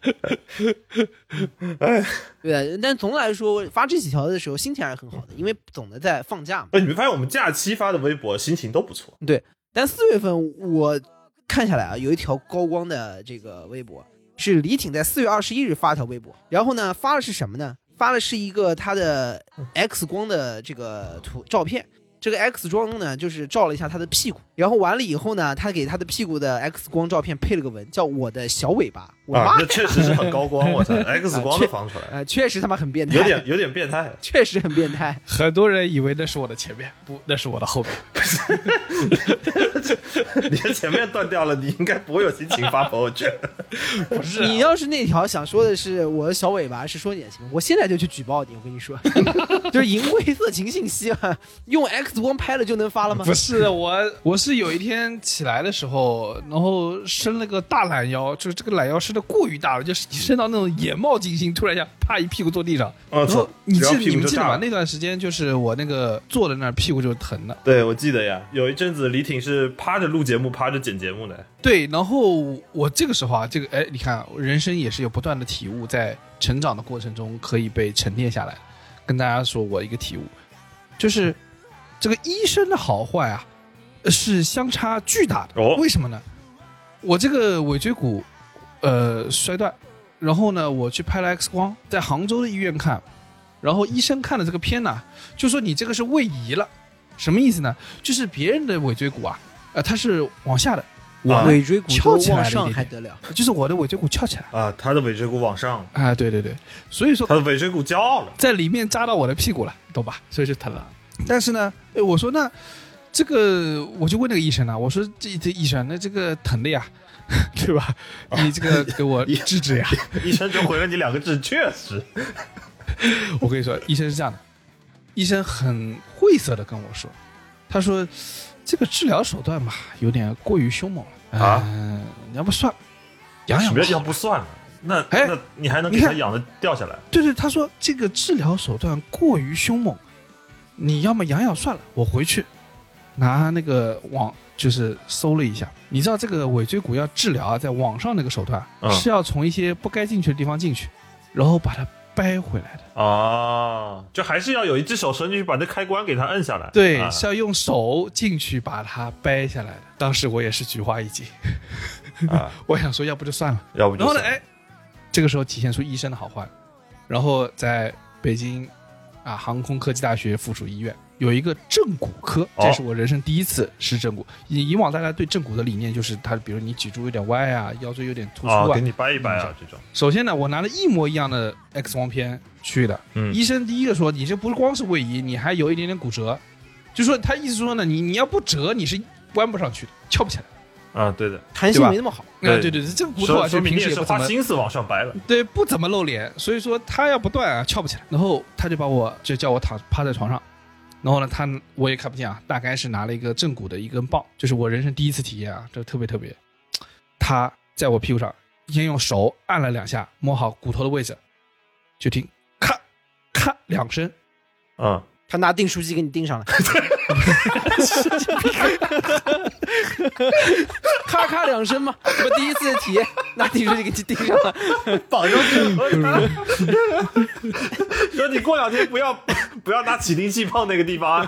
哎，对，但总的来说，发这几条的时候心情还是很好的，因为总的在放假嘛。 哎，你没发现我们假期发的微博心情都不错？ 对，但四月份我看下来啊，有一条高光的这个微博是李挺在四月二十一日发条微博，然后呢发的是什么呢？发的是一个他的 X 光的这个图照片。这个 X 光呢，就是照了一下他的屁股，然后完了以后呢，他给他的屁股的 X 光照片配了个文，叫我的小尾巴。我妈、 啊，这确实是很高光，我操 ！X 光都放出来， 呃，确实他妈很变态， 有点有点变态， 确实很变态。 很多人以为那是我的前面，不，那是我的后面。 你的前面断掉了，你应该不会有心情发朋友圈。 不是、啊， 你要是那条想说的是我的小尾巴，是说你的情，我现在就去举报你。我跟你说，就是淫秽色情信息啊，用 X 光拍了就能发了吗？ 不是我，我是有一天起来的时候，然后伸了个大懒腰，就是这个懒腰伸的过于大了，就是伸到那种眼冒金星，突然一下啪一屁股坐地上。 哦， 然后你记你你们记得吗？那段时间就是我那个坐在那儿屁股就疼了。 对，我记得呀，有一阵子李挺是趴着录节目、趴着剪节目的。 对，然后我这个时候啊，这个哎，你看，人生也是有不断的体悟，在成长的过程中可以被沉淀下来。跟大家说我一个体悟，就是这个医生的好坏啊，是相差巨大的。 哦， 为什么呢？我这个尾椎骨呃摔断，然后呢，我去拍了 X 光，在杭州的医院看，然后医生看了这个片呢，就说你这个是位移了，什么意思呢？就是别人的尾椎骨啊，呃，它是往下的。 我尾椎骨翘起来往上还得了， 就是我的尾椎骨翘起来啊，他的尾椎骨往上啊，对对对，所以说他的尾椎骨骄傲了， 在里面扎到我的屁股了，懂吧？所以就疼了。但是呢，我说那这个我就问那个医生啊，我说这这医生，那这个疼的呀，对吧？你这个给我治治呀。 医生就回了你两个字，确实。 我跟你说，医生是这样的，医生很晦涩的跟我说，他说。这个治疗手段吧，有点过于凶猛了啊！呃、要不算了，养养吧。 要不算了，那哎， 那你还能给他养的掉下来？ 对对，他说这个治疗手段过于凶猛，你要么养养算了，我回去拿那个网就是搜了一下，你知道这个尾椎骨要治疗啊，在网上那个手段、 嗯、 是要从一些不该进去的地方进去，然后把它掰回来的啊，就还是要有一只手伸进去把那开关给它摁下来。 对、 啊、 是要用手进去把它掰下来的。当时我也是菊花一紧啊，我想说要不就算了， 要不就算了。 然后呢，哎，这个时候体现出医生的好坏。然后在北京啊航空科技大学附属医院有一个正骨科，这是我人生第一次试正骨。以以往大家对正骨的理念就是它，比如你脊柱有点歪啊，腰椎有点突出啊， 哦、给你掰一掰啊、嗯、这种。 首先呢，我拿了一模一样的 X 光片去的，嗯，医生第一个说你这不光是位移，你还有一点点骨折，就说他意思说呢，你你要不折你是弯不上去的，翘不起来。 啊，对的， 弹性没那么好。 对对对，这个骨头啊，就平时也不怎么花心思往上掰了。 对，不怎么露脸，所以说他要不断啊，翘不起来。然后他就把我就叫我躺趴在床上，然后呢，他我也看不见啊，大概是拿了一个正骨的一根棒，就是我人生第一次体验啊，这特别特别。他在我屁股上先用手按了两下，摸好骨头的位置，就听咔咔两声， 嗯。 他拿订书机给你订上了，咔咔两声嘛，我第一次体验拿订书机给你订上了， 绑上去。说你过两天不要不要拿起钉器碰那个地方。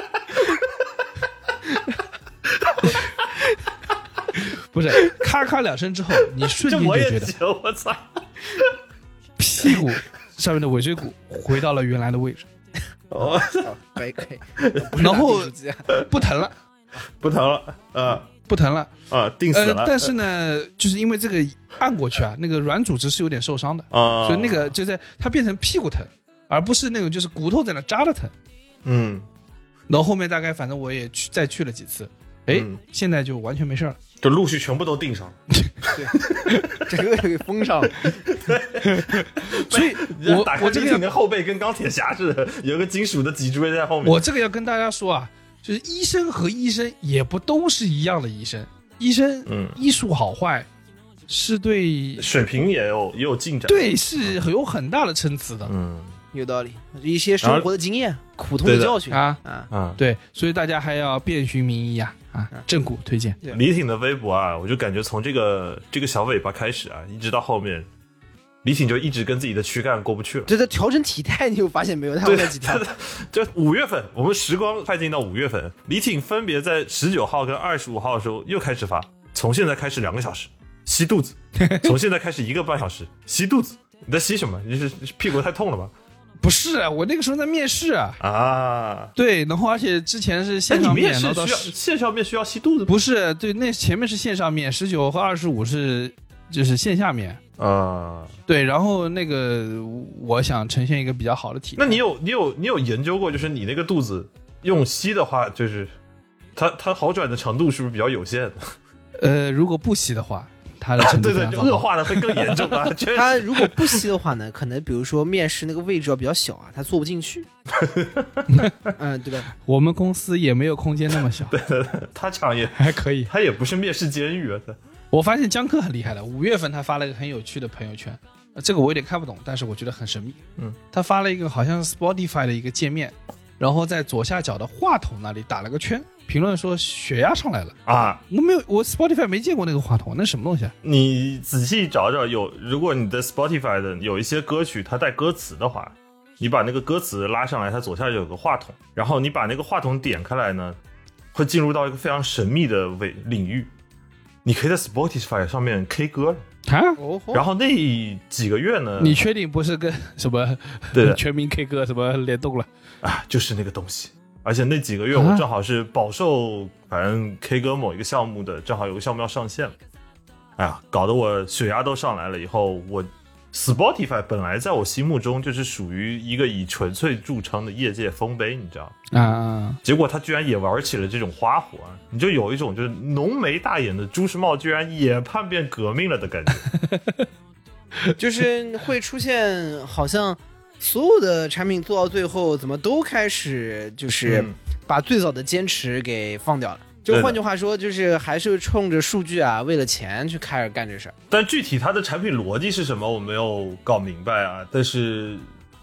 不是，咔咔两声之后，你瞬间就觉得， 我操， 屁股上面的尾椎骨回到了原来的位置。 哦，可以可以， 然后不疼了， 不疼了，呃， 不疼了， 啊，定死了、 呃。但是呢，就是因为这个按过去啊，那个软组织是有点受伤的啊，所以那个就在它变成屁股疼，而不是那种就是骨头在那扎的疼。 嗯， 然后后面大概反正我也去再去了几次，哎、嗯，现在就完全没事了， 就陆续全部都钉上了， 对，整个给封上了。 所以我打开我这个的后背跟钢铁侠似的，有个金属的脊椎在后面。 我这个要跟大家说啊，就是医生和医生也不都是一样的医生，医生嗯医术好坏是对水平也有也有进展， 对，是有很大的参差的。 嗯， 有道理，一些生活的经验、苦痛的教训啊啊啊！对，所以大家还要遍寻名医啊啊！正骨推荐李挺的微博啊，我就感觉从这个这个小尾巴开始啊，一直到后面。李挺就一直跟自己的躯干过不去了。 对，他调整体态，你有发现没有？他那几天， 就五月份，我们时光快进到五月份，李挺分别在十九号跟二十五号的时候又开始发，从现在开始两个小时吸肚子，从现在开始一个半小时吸肚子。你在吸什么？你是屁股太痛了吧？ 不是，我那个时候在面试啊。 啊， 对，然后而且之前是线上面， 然后到线上面需要吸肚子？ 不是，对，那前面是线上面，十九和二十五是就是线下面。 啊、uh ， 对，然后那个我想呈现一个比较好的体验。 那你有你有你有研究过，就是你那个肚子用吸的话，就是它它好转的程度是不是比较有限？ 呃，如果不吸的话，它的程度对对，恶化的会更严重啊。 它如果不吸的话呢，可能比如说面试那个位置要比较小啊，它坐不进去。嗯，对吧？ 我们公司也没有空间那么小。 对对对，他厂也还可以， 他也不是面试监狱啊。 我发现江科很厉害的，五月份他发了一个很有趣的朋友圈，这个我有点看不懂，但是我觉得很神秘。 嗯， 他发了一个好像是 Spotify 的一个界面，然后在左下角的话筒那里打了个圈，评论说血压上来了啊！ 我没有，我 Spotify 没见过那个话筒，那什么东西啊？ 你仔细找找，有如果你的 Spotify 的有一些歌曲它带歌词的话，你把那个歌词拉上来，它左下角有个话筒，然后你把那个话筒点开来呢，会进入到一个非常神秘的领域。你可以在 Spotify 上面 K 歌了啊， 然后那几个月呢？ 你确定不是跟什么对全民 K 歌什么联动了啊？就是那个东西。而且那几个月我正好是饱受反正 K 歌某一个项目的，正好有个项目要上线了。哎呀，搞得我血压都上来了。以后我 Spotify 本来在我心目中就是属于一个以纯粹著称的业界丰碑，你知道吗？ 啊， 结果他居然也玩起了这种花活，你就有一种就是浓眉大眼的朱时茂居然也叛变革命了的感觉。 就是会出现好像所有的产品做到最后怎么都开始就是把最早的坚持给放掉了。就换句话说，就是还是冲着数据啊，为了钱去开始干这事儿。 但具体它的产品逻辑是什么，我没有搞明白啊。但是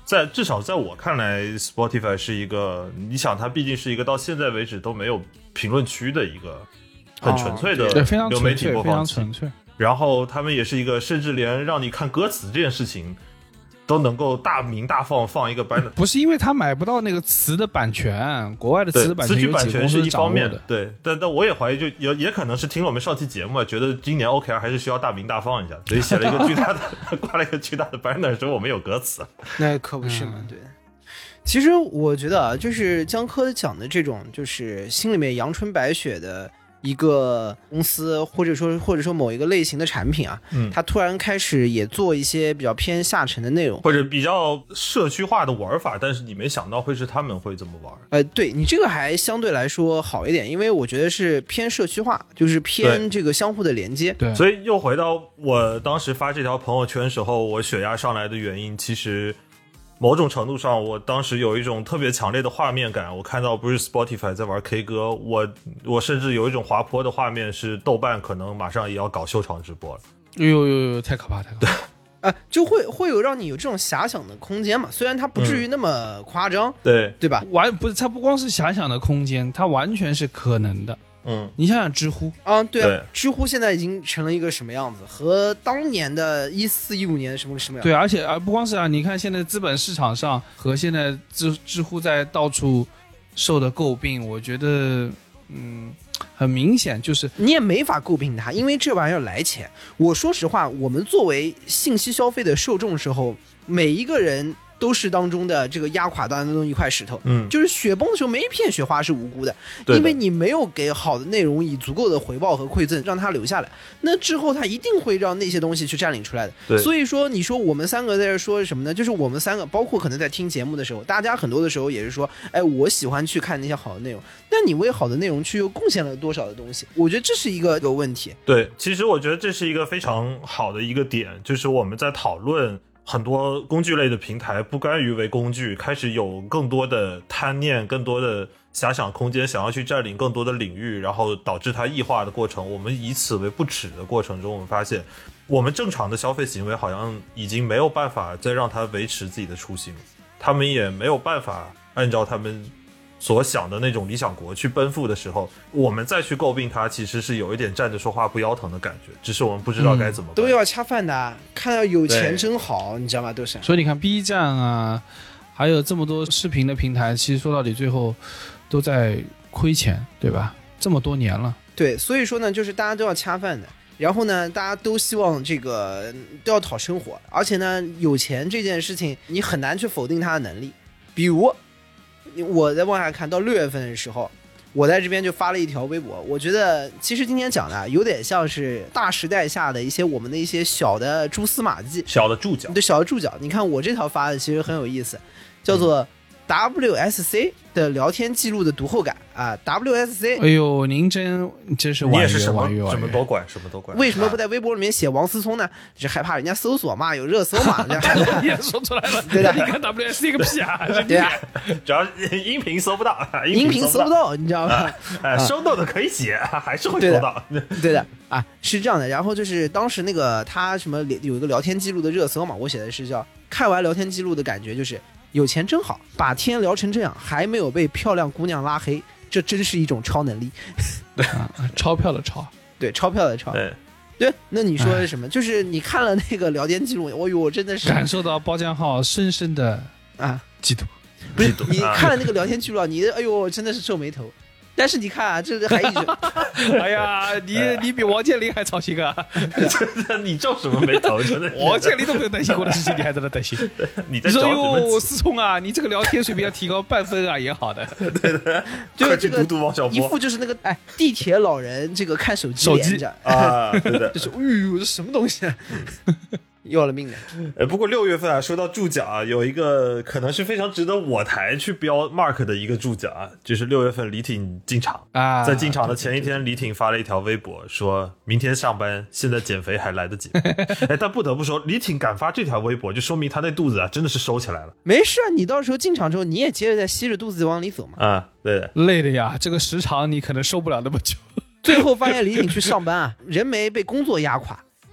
在至少在我看来 Spotify 是一个，你想它毕竟是一个到现在为止都没有评论区的一个很纯粹的流媒体播放器，然后他们也是一个甚至连让你看歌词这件事情都能够大明大放放一个版本， 不是因为他买不到那个词的版权，国外的词的版权词曲版权是一方面的， 对，但但我也怀疑，就也也可能是听了我们上期节目，觉得今年 O K R 还是需要大明大放一下，所以写了一个巨大的挂了一个巨大的 banner 说我们有歌词， 那可不是嘛， 嗯、 对。其实我觉得啊，就是江科讲的这种，就是心里面阳春白雪的一个公司，或者说或者说某一个类型的产品啊，嗯，它突然开始也做一些比较偏下沉的内容， 或者比较社区化的玩法，但是你没想到会是他们会这么玩。 呃，对你这个还相对来说好一点，因为我觉得是偏社区化，就是偏这个相互的连接。 对， 所以又回到我当时发这条朋友圈时候，我血压上来的原因，其实某种程度上，我当时有一种特别强烈的画面感。我看到不是 Spotify 在玩 K 歌，我我甚至有一种滑坡的画面，是豆瓣可能马上也要搞秀场直播了。 哎呦呦呦，太可怕，太可怕！ 啊、呃，就会会有让你有这种遐想的空间嘛，虽然它不至于那么夸张，嗯、 对对吧？ 完不是，它不光是遐想的空间，它完全是可能的。 嗯， 你想想知乎啊，对啊，知乎现在已经成了一个什么样子，和当年的一四一五年什么什么样子？ 对，而且啊，不光是啊，你看现在资本市场上和现在知知乎在到处受的诟病，我觉得嗯，很明显就是你也没法诟病它，因为这玩意儿来钱。我说实话，我们作为信息消费的受众时候，每一个人都是当中的这个压垮当中一块石头，嗯，就是雪崩的时候没一片雪花是无辜的，因为你没有给好的内容以足够的回报和馈赠让它留下来，那之后它一定会让那些东西去占领出来的。 对， 所以说你说我们三个在这说什么呢？就是我们三个包括可能在听节目的时候，大家很多的时候也是说，哎，我喜欢去看那些好的内容，那你为好的内容去又贡献了多少的东西？我觉得这是一个有问题。 对，其实我觉得这是一个非常好的一个点，就是我们在讨论很多工具类的平台不甘于为工具，开始有更多的贪念，更多的遐想空间，想要去占领更多的领域，然后导致它异化的过程。我们以此为不耻的过程中，我们发现我们正常的消费行为好像已经没有办法再让它维持自己的初心，他们也没有办法按照他们所想的那种理想国去奔赴的时候，我们再去诟病它，其实是有一点站着说话不腰疼的感觉，只是我们不知道该怎么办、嗯、 都要恰饭的，看到有钱真好，你知道吗？都是。 所以你看 B 站啊，还有这么多视频的平台，其实说到底最后都在亏钱，对吧？这么多年了。 对，所以说呢，就是大家都要恰饭的。然后呢，大家都希望这个都要讨生活，而且呢，有钱这件事情你很难去否定它的能力。比如我再往下看到六月份的时候，我在这边就发了一条微博，我觉得其实今天讲的有点像是大时代下的一些我们的一些小的蛛丝马迹， 小的注脚。 对，小的注脚。你看我这条发的其实很有意思，叫做 W S C 的聊天记录的读后感啊 ，W S C。 哎呦，您真真是婉约婉约， 什么都管，什么都管。 为什么不在微博里面写王思聪呢？是害怕人家搜索嘛，有热搜嘛？ 你也说出来了， 对的。 你看 W S C 个屁啊！ 对啊， 主要音频搜不到， 音频搜不到，你知道吗？ 哎，收到的可以写，还是会搜到。 对的啊，是这样的。然后就是当时那个他什么有一个聊天记录的热搜嘛，我写的是叫看完聊天记录的感觉就是。有钱真好，把天聊成这样，还没有被漂亮姑娘拉黑，这真是一种超能力。 啊、钞票的钞， 对，钞票的钞。 对， 对。那你说什么？就是你看了那个聊天记录，哦呦，真的是感受到包浆浩深深的啊嫉妒。 不是，你看了那个聊天记录，你哎呦，真的是皱眉头。但是你看啊，这还一直， 哎呀，你你比王健林还操心啊！ 你皱什么眉头？真的， 王健林都没有担心过的事情，你还在那担心？ 你在找什么？ 哟，思聪啊，你这个聊天水平要提高半分啊，也好的。 对的， 就是这个读读王小波， 一副就是那个哎，地铁老人这个看手机手机啊，对的， 就是哎呦，这什么东西啊？要了命了。 呃，不过六月份啊，说到注脚啊，有一个可能是非常值得我台去标 mark 的一个注脚啊，就是六月份李挺进场啊，在进场的前一天，李挺发了一条微博，说明天上班，现在减肥还来得及。哎，但不得不说，李挺敢发这条微博，就说明他那肚子啊真的是收起来了。 没事，你到时候进场之后，你也接着再吸着肚子往里走嘛。 啊，对的， 累的呀，这个时长你可能受不了那么久。 最后发现李挺去上班啊，人没被工作压垮。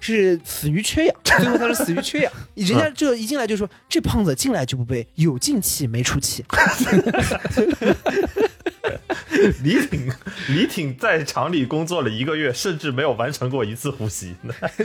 是死于缺氧，最后他是死于缺氧。人家这一进来就说这胖子进来就不背，有进气没出气。 李挺李挺在厂里工作了一个月，甚至没有完成过一次呼吸。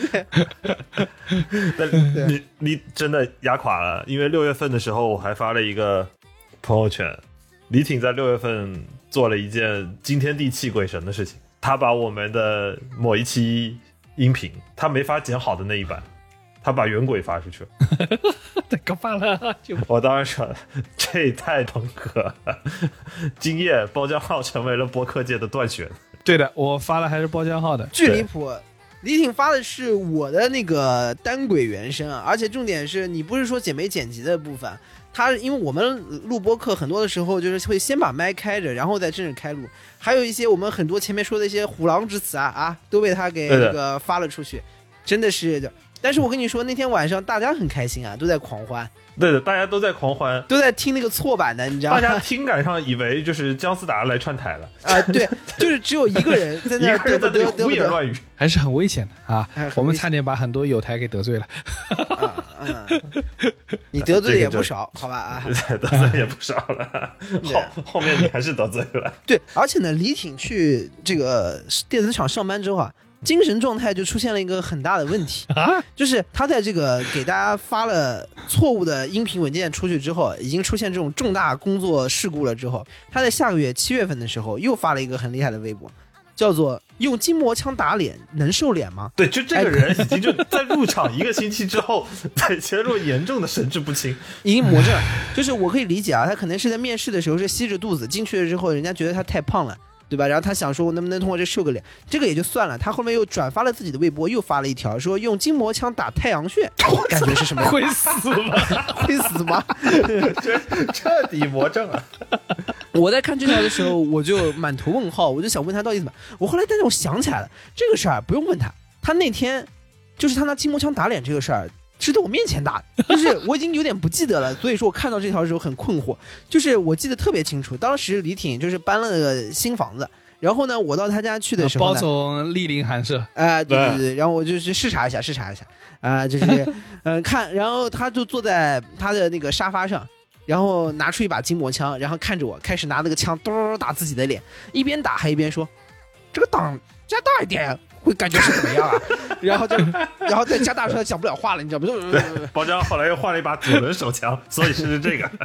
但你你真的压垮了，因为六月份的时候我还发了一个朋友圈，李挺在六月份做了一件惊天地泣鬼神的事情，他把我们的某一期音频他没法剪好的那一版，他把原轨发出去了。 太可怕了！ 我当时说这也太朋克了，今夜包浆号成为了播客界的断弦。 对的，我发了还是包浆号的， 巨离谱。李挺发的是我的那个单轨原声啊，而且重点是你不是说剪没剪辑的部分，他因为我们录播客很多的时候就是会先把麦开着，然后再正式开录，还有一些我们很多前面说的一些虎狼之词啊啊，都被他给那个发了出去，真的是。但是我跟你说，那天晚上大家很开心啊，都在狂欢。 对的，大家都在狂欢， 都在听那个错版的，你知道吗？ 大家听感上以为就是姜思达来串台了啊、呃，对，就是只有一个人在那一个人在那里胡言乱语， 还是很危险的啊！我们差点把很多友台给得罪了。 啊嗯，你得罪的也不少，好吧啊， 得罪也不少了。后后面你还是得罪了。 对，而且呢，李挺去这个电子厂上班之后啊。精神状态就出现了一个很大的问题啊，就是他在这个给大家发了错误的音频文件出去之后，已经出现这种重大工作事故了之后，他在下个月七月份的时候又发了一个很厉害的微博，叫做用筋膜枪打脸能瘦脸吗？ 对，就这个人已经就在入场一个星期之后在陷入严重的神志不清， 已经魔怔了。就是我可以理解啊，他可能是在面试的时候是吸着肚子进去了之后，人家觉得他太胖了，对吧？然后他想说我能不能通过这瘦个脸，这个也就算了，他后面又转发了自己的微博，又发了一条说用筋膜枪打太阳穴，感觉是什么样？ 会死吗？ 会死吗？ 这彻底魔怔了。 我在看这条的时候我就满头问号，我就想问他到底怎么，我后来但是我想起来了，这个事儿不用问他，他那天就是他拿筋膜枪打脸这个事儿是在我面前打的，就是我已经有点不记得了，所以说我看到这条的时候很困惑。就是我记得特别清楚，当时李挺就是搬了个新房子，然后呢我到他家去的时候呢， 包总莅临寒舍， 哎、呃，对对对，然后我就去视察一下视察一下啊、呃，就是嗯、呃、看，然后他就坐在他的那个沙发上，然后拿出一把筋膜枪，然后看着我，开始拿那个枪咚打自己的脸，一边打还一边说这个档加大一点会感觉是怎么样啊？然后就，然后再加大出来讲不了话了，你知道吗？ 对，包浆后来又换了一把左轮手枪，所以是这个。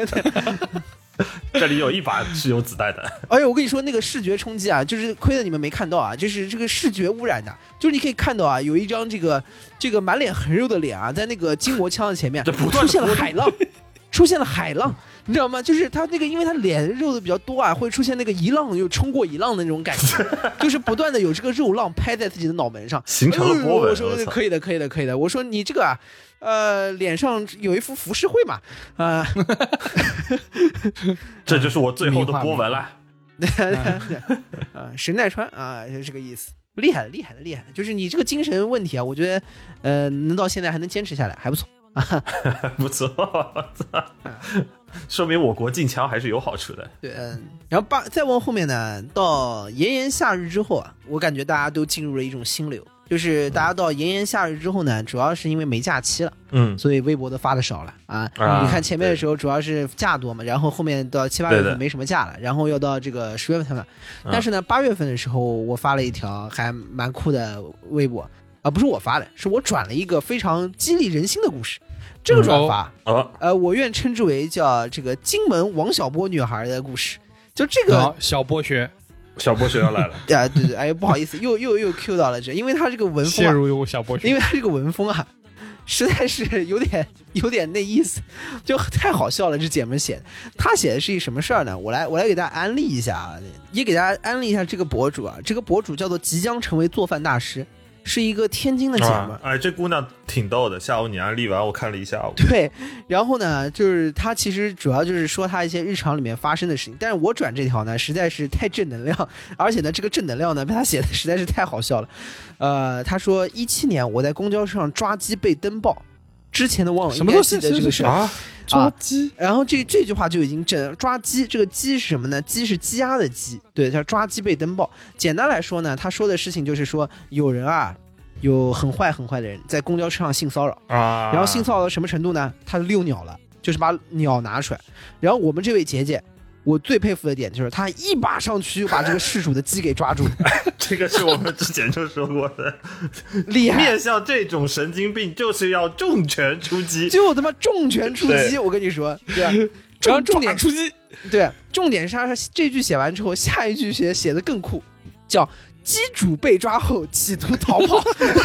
这里有一把是有子弹的。 哎呦，我跟你说，那个视觉冲击啊，就是亏了你们没看到啊，就是这个视觉污染的，就是你可以看到啊，有一张这个这个满脸横肉的脸啊，在那个筋膜枪的前面出现了海浪，出现了海浪。你知道吗？就是他那个，因为他脸肉的比较多啊，会出现那个一浪又冲过一浪的那种感觉，就是不断的有这个肉浪拍在自己的脑门上， 形成了波纹。 呃、我说可以的，可以的，可以的。我说你这个啊，呃，脸上有一幅浮世绘嘛，啊、呃， 这就是我最后的波纹了。 对对对，啊，神奈川啊，就这个意思。厉害了，厉害了，厉害了！就是你这个精神问题啊，我觉得，呃，能到现在还能坚持下来，还不错啊， 不错。说明我国禁枪还是有好处的。 对，嗯，然后把再往后面呢，到炎炎夏日之后啊，我感觉大家都进入了一种心流，就是大家到炎炎夏日之后呢，主要是因为没假期了， 嗯， 所以微博都发的少了啊。 啊你看前面的时候主要是假多嘛，然后后面到七八月份没什么假了，然后又到这个十月份了。但是呢，八月份的时候我发了一条还蛮酷的微博啊，不是我发的，是我转了一个非常激励人心的故事。这个转发， 哦， 呃，我愿称之为叫这个金门王小波女孩的故事。就这个、 哦、小波学， 小波学要来了啊！对对，哎，不好意思，又又又 Q 到了这，因为他这个文风、啊， 陷入小波学， 因为他这个文风啊，实在是有点有点那意思，就太好笑了。这姐们写的，他写的是一什么事儿呢？我来我来给大家安利一下啊，也给大家安利一下这个博主啊，这个博主叫做即将成为做饭大师。是一个天津的姐们、啊， 哎，这姑娘挺逗的。下午你安利完，我看了一下午。 对，然后呢，就是她其实主要就是说她一些日常里面发生的事情。但是我转这条呢，实在是太正能量，而且呢，这个正能量呢，被她写的实在是太好笑了。呃，她说一七年我在公交车上抓鸡被登报，之前的忘了， 什么都记得这个事啊。抓鸡、 啊，然后这这句话就已经正抓鸡，这个鸡是什么呢？鸡是鸡鸭的鸡，对，叫抓鸡被登报。简单来说呢，他说的事情就是说，有人啊有很坏很坏的人在公交车上性骚扰啊， 然后性骚扰到什么程度呢？他遛鸟了，就是把鸟拿出来。然后我们这位姐姐，我最佩服的点就是她一把上去就把这个失主的鸡给抓住。 这个是我们之前就说过的， 厉害！ 面向这种神经病就是要重拳出击， 就他妈重拳出击！我跟你说，对啊，重重点出击。 对，重点是他这句写完之后，下一句写写的更酷，叫鸡主被抓后企图逃跑。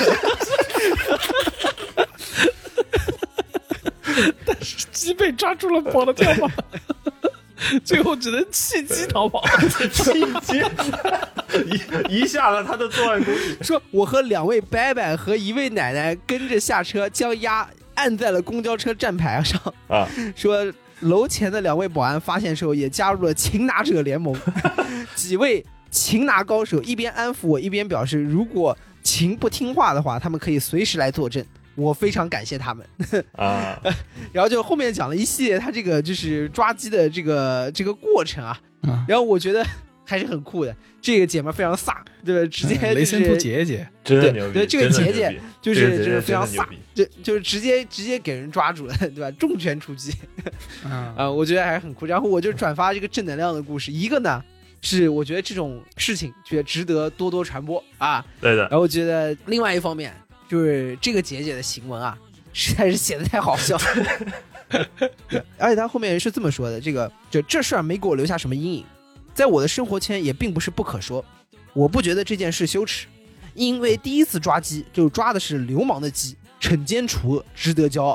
但是鸡被抓住了，跑得掉吗？最后只能弃鸡逃跑。 弃鸡一一下了他的作案工具， 说我和两位伯伯和一位奶奶跟着下车，将鸭按在了公交车站牌上啊。 说楼前的两位保安发现时候也加入了擒拿者联盟，几位擒拿高手一边安抚我，一边表示如果擒不听话的话，他们可以随时来作证。我非常感谢他们啊， 然后就后面讲了一系列他这个就是抓鸡的这个这个过程啊，然后我觉得还是很酷的。这个姐妹非常飒，对吧？直接、就是、 雷森图姐姐真的牛逼， 对这个姐姐就是就是非常飒，就就是直接直接给人抓住了，对吧？重拳出击啊、呃，我觉得还是很酷。然后我就转发这个正能量的故事，一个呢是我觉得这种事情觉得值得多多传播啊， 对的。 然后我觉得另外一方面。就是这个姐姐的行文啊，实在是写的太好笑了。而且她后面是这么说的：这个就这事儿没给我留下什么阴影，在我的生活圈也并不是不可说。我不觉得这件事羞耻，因为第一次抓鸡就抓的是流氓的鸡，惩奸除恶，值得骄傲。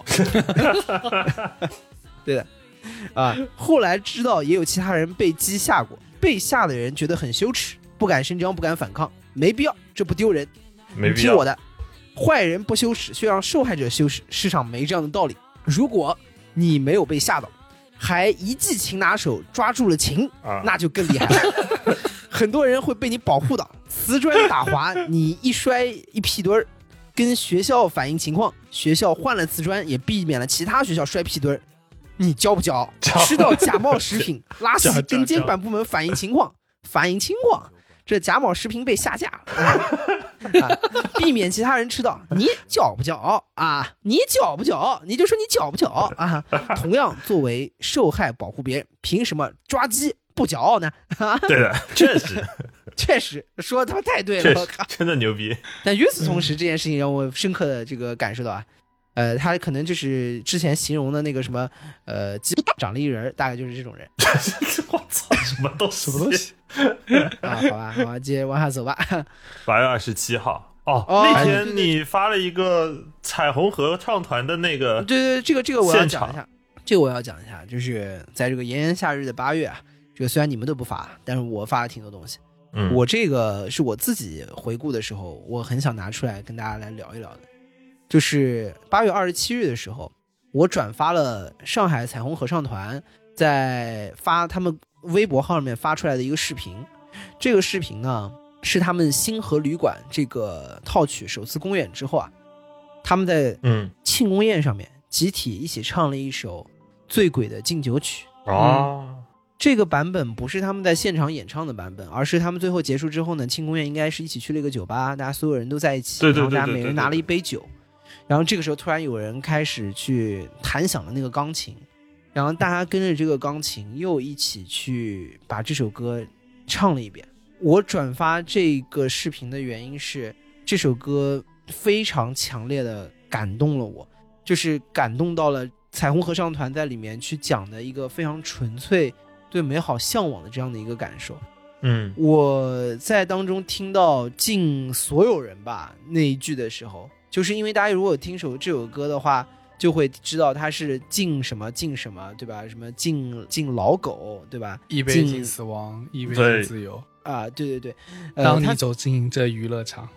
对的啊，后来知道也有其他人被鸡吓过，被吓的人觉得很羞耻，不敢声张，不敢反抗，没必要，这不丢人。 没必要。 听我的。坏人不羞耻，却让受害者羞耻，世上没这样的道理。如果你没有被吓到，还一记擒拿手抓住了擒、啊、那就更厉害了。很多人会被你保护到，瓷砖打滑，你一摔一屁墩儿，跟学校反映情况，学校换了瓷砖，也避免了其他学校摔屁墩儿。你骄不骄傲？吃到假冒食品，拉稀跟监管部门反映情况，反映情况。这假冒食品被下架了、啊，避免其他人吃到。你骄不骄傲啊？你骄不骄傲？你就说你骄不骄傲啊？同样，作为受害保护别人，凭什么抓鸡不骄傲呢？ 对的，确实， 确实说他妈太对了， 真的牛逼。 但与此同时，这件事情让我深刻的这个感受到啊。呃，他可能就是之前形容的那个什么，呃，鸡长了一人，大概就是这种人。 我操，什么东西？什么东西？ 啊，好吧，好吧，接着往下走吧。 八月二十七号，哦，哦那天你发了一个彩虹合唱团的那个， 对对，这个这个我要讲一下，这个我要讲一下，就是在这个炎炎夏日的八月啊，这个虽然你们都不发，但是我发了挺多东西。嗯，我这个是我自己回顾的时候，我很想拿出来跟大家来聊一聊的。就是八月二十七日的时候，我转发了上海彩虹合唱团在发他们微博号里面发出来的一个视频。这个视频呢是他们星河旅馆这个套曲首次公演之后啊，他们在嗯庆功宴上面集体一起唱了一首醉鬼的敬酒曲啊、嗯。这个版本不是他们在现场演唱的版本，而是他们最后结束之后呢，庆功宴应该是一起去了一个酒吧，大家所有人都在一起， 对对对对对对对， 然后大家每人拿了一杯酒。然后这个时候突然有人开始去弹响了那个钢琴，然后大家跟着这个钢琴又一起去把这首歌唱了一遍。我转发这个视频的原因是这首歌非常强烈的感动了我，就是感动到了彩虹合唱团在里面去讲的一个非常纯粹对美好向往的这样的一个感受。嗯，我在当中听到敬所有人吧那一句的时候，就是因为大家如果有听首这首歌的话，就会知道它是敬什么敬什么，对吧？什么敬敬老狗，对吧？ 一杯敬死亡，一杯敬自由啊！对对对， 呃、当你走进这娱乐场，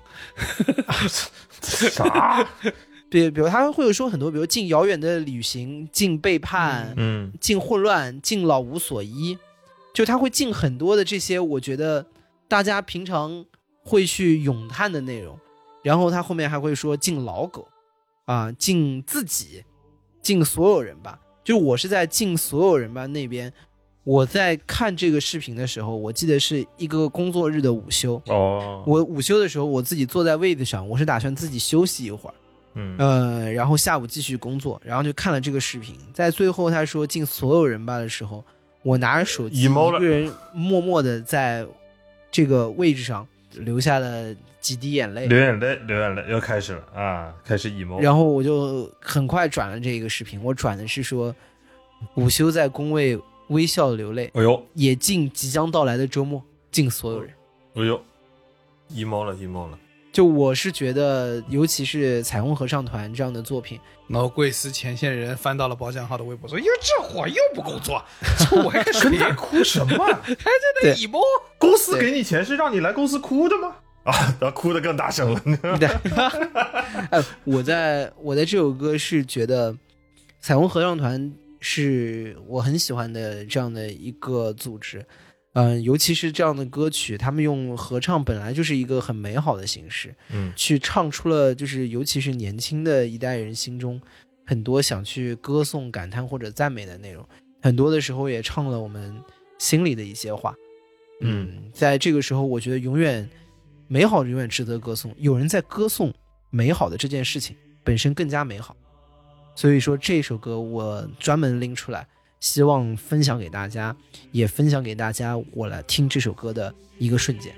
啥？ 对，比如他会有说很多，比如敬遥远的旅行，敬背叛，嗯，敬混乱，敬老无所依，就他会敬很多的这些，我觉得大家平常会去咏叹的内容。然后他后面还会说敬老狗啊，敬自己，敬所有人吧。就我是在敬所有人吧那边， 我在看这个视频的时候，我记得是一个工作日的午休。 哦， 我午休的时候，我自己坐在位子上，我是打算自己休息一会儿， 嗯呃，然后下午继续工作，然后就看了这个视频。在最后他说敬所有人吧的时候，我拿着手机，一个人默默的在这个位置上流下了几滴眼泪， 流眼泪，流眼泪，又开始了啊，开始 emo。 然后我就很快转了这个视频，我转的是说午休在工位微笑流泪， 哎呦， 也敬即将到来的周末，敬所有人。 哎呦 emo 了 emo 了。 就我是觉得，尤其是彩虹合唱团这样的作品， 然后贵司前线人翻到了包浆号的微博说：“哟，这货又不工作，这我还跟你哭什么？还在那 emo？ 公司给你钱是让你来公司哭的吗？啊，他哭得更大声了。 对，哎，我在我在这首歌是觉得彩虹合唱团是我很喜欢的这样的一个组织。嗯、呃，尤其是这样的歌曲，他们用合唱本来就是一个很美好的形式， 嗯， 去唱出了就是尤其是年轻的一代人心中很多想去歌颂、感叹或者赞美的内容，很多的时候也唱了我们心里的一些话。嗯，在这个时候，我觉得永远美好永远值得歌颂，有人在歌颂美好的这件事情本身更加美好。所以说这首歌我专门拎出来，希望分享给大家，也分享给大家我来听这首歌的一个瞬间。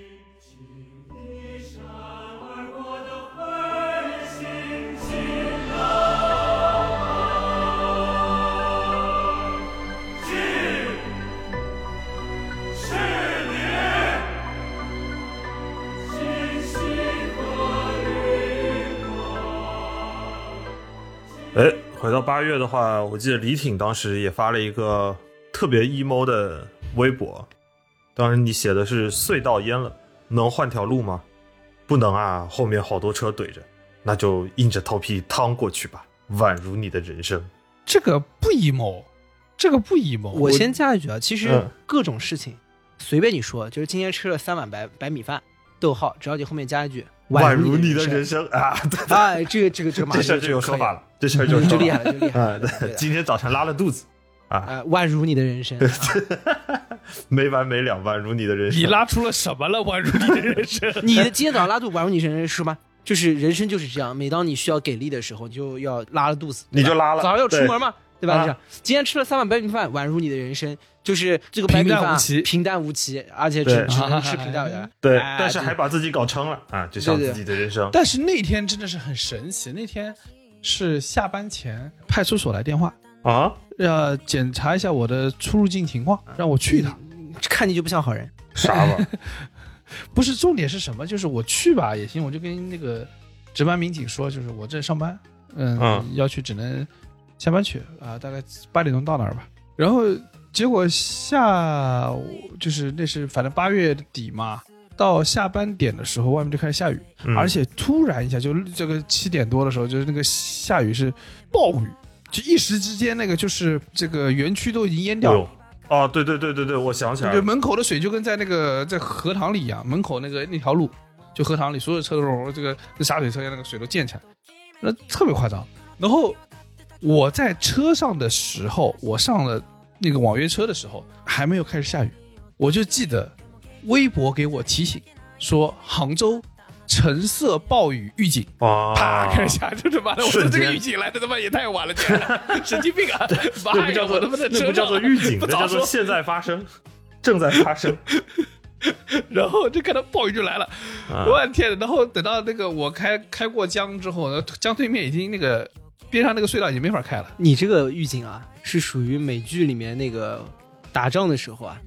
哎，回到八月的话，我记得李挺当时也发了一个特别 emo 的微博，当时你写的是隧道淹了，能换条路吗？不能啊，后面好多车怼着，那就硬着头皮趟过去吧，宛如你的人生。 这个不 emo， 这个不 emo。 我先加一句啊，其实各种事情、嗯、随便你说，就是今天吃了三碗白白米饭，逗号，只要你后面加一句宛如你的人生啊！ 哎，这个这个这个马上这事儿就有说法了，这事儿就就厉害了，就厉害了。 啊、对，今天早晨拉了肚子啊， 呃，宛如你的人生， 啊、没完没了，宛如你的人生。 你拉出了什么了？宛如你的人生？ 你的今天早上拉肚子，宛如你的人生是吗？就是人生就是这样，每当你需要给力的时候，你就要拉了肚子， 你就拉了。 早上要出门嘛， 对, 对吧？ 啊、 今天吃了三碗白米饭，宛如你的人生。就是这个白米饭平淡无奇， 平淡无奇，而且只只能吃平淡的。 对、 哎， 但是还把自己搞撑了啊，就像自己的人生。 但是那天真的是很神奇，那天是下班前派出所来电话啊， 要检查一下我的出入境情况，让我去一趟。 看你就不像好人， 傻吧？ 不是，重点是什么？就是我去吧也行，我就跟那个值班民警说，就是我这上班，嗯，嗯要去只能下班去啊，大概八点钟到那儿吧，然后。结果下就是那是反正八月底嘛，到下班点的时候，外面就开始下雨， 嗯、 而且突然一下就这个七点多的时候，就是那个下雨是暴雨，就一时之间那个就是这个园区都已经淹掉了。 哦，对对对对对，我想起来了， 就门口的水就跟在那个在荷塘里一样，门口那个那条路，就荷塘里所有车都这个洒水车那个水都溅起来，那特别夸张。然后我在车上的时候，我上了。那个网约车的时候还没有开始下雨，我就记得微博给我提醒说杭州橙色暴雨预警，啪开始下，就他妈的，我说这个预警来的他妈也太晚了，神经病啊！ 那不叫做那不叫做预警，那叫做现在发生，正在发生。 然后就看到暴雨就来了，啊、我的天！然后等到那个我开开过江之后，江对面已经那个边上那个隧道已经没法开了。 你这个预警啊，是属于美剧里面那个打仗的时候啊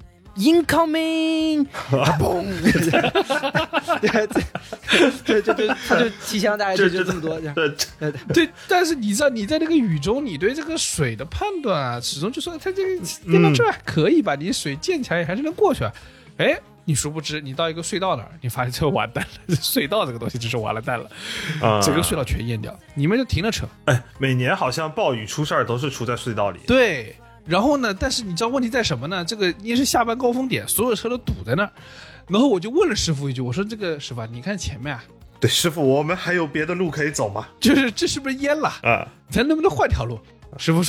，incoming， 嘣，对对对对，他就提前大概就就这么多， 对对。但是你知道你在那个雨中，你对这个水的判断啊，始终就说它这个电到这还可以吧，你水溅起来还是能过去啊，哎。你殊不知，你到一个隧道那儿，你发现这完蛋了。隧道这个东西真是完了蛋了，啊、整个隧道全淹掉，你们就停了车。 哎，每年好像暴雨出事儿都是出在隧道里。 对，然后呢，但是你知道问题在什么呢？这个因为是下班高峰点，所有车都堵在那儿。然后我就问了师傅一句，我说：“这个师傅，你看前面啊。” 对，师傅，我们还有别的路可以走吗？ 就是这是不是淹了啊？咱能不能换条路？师傅说：“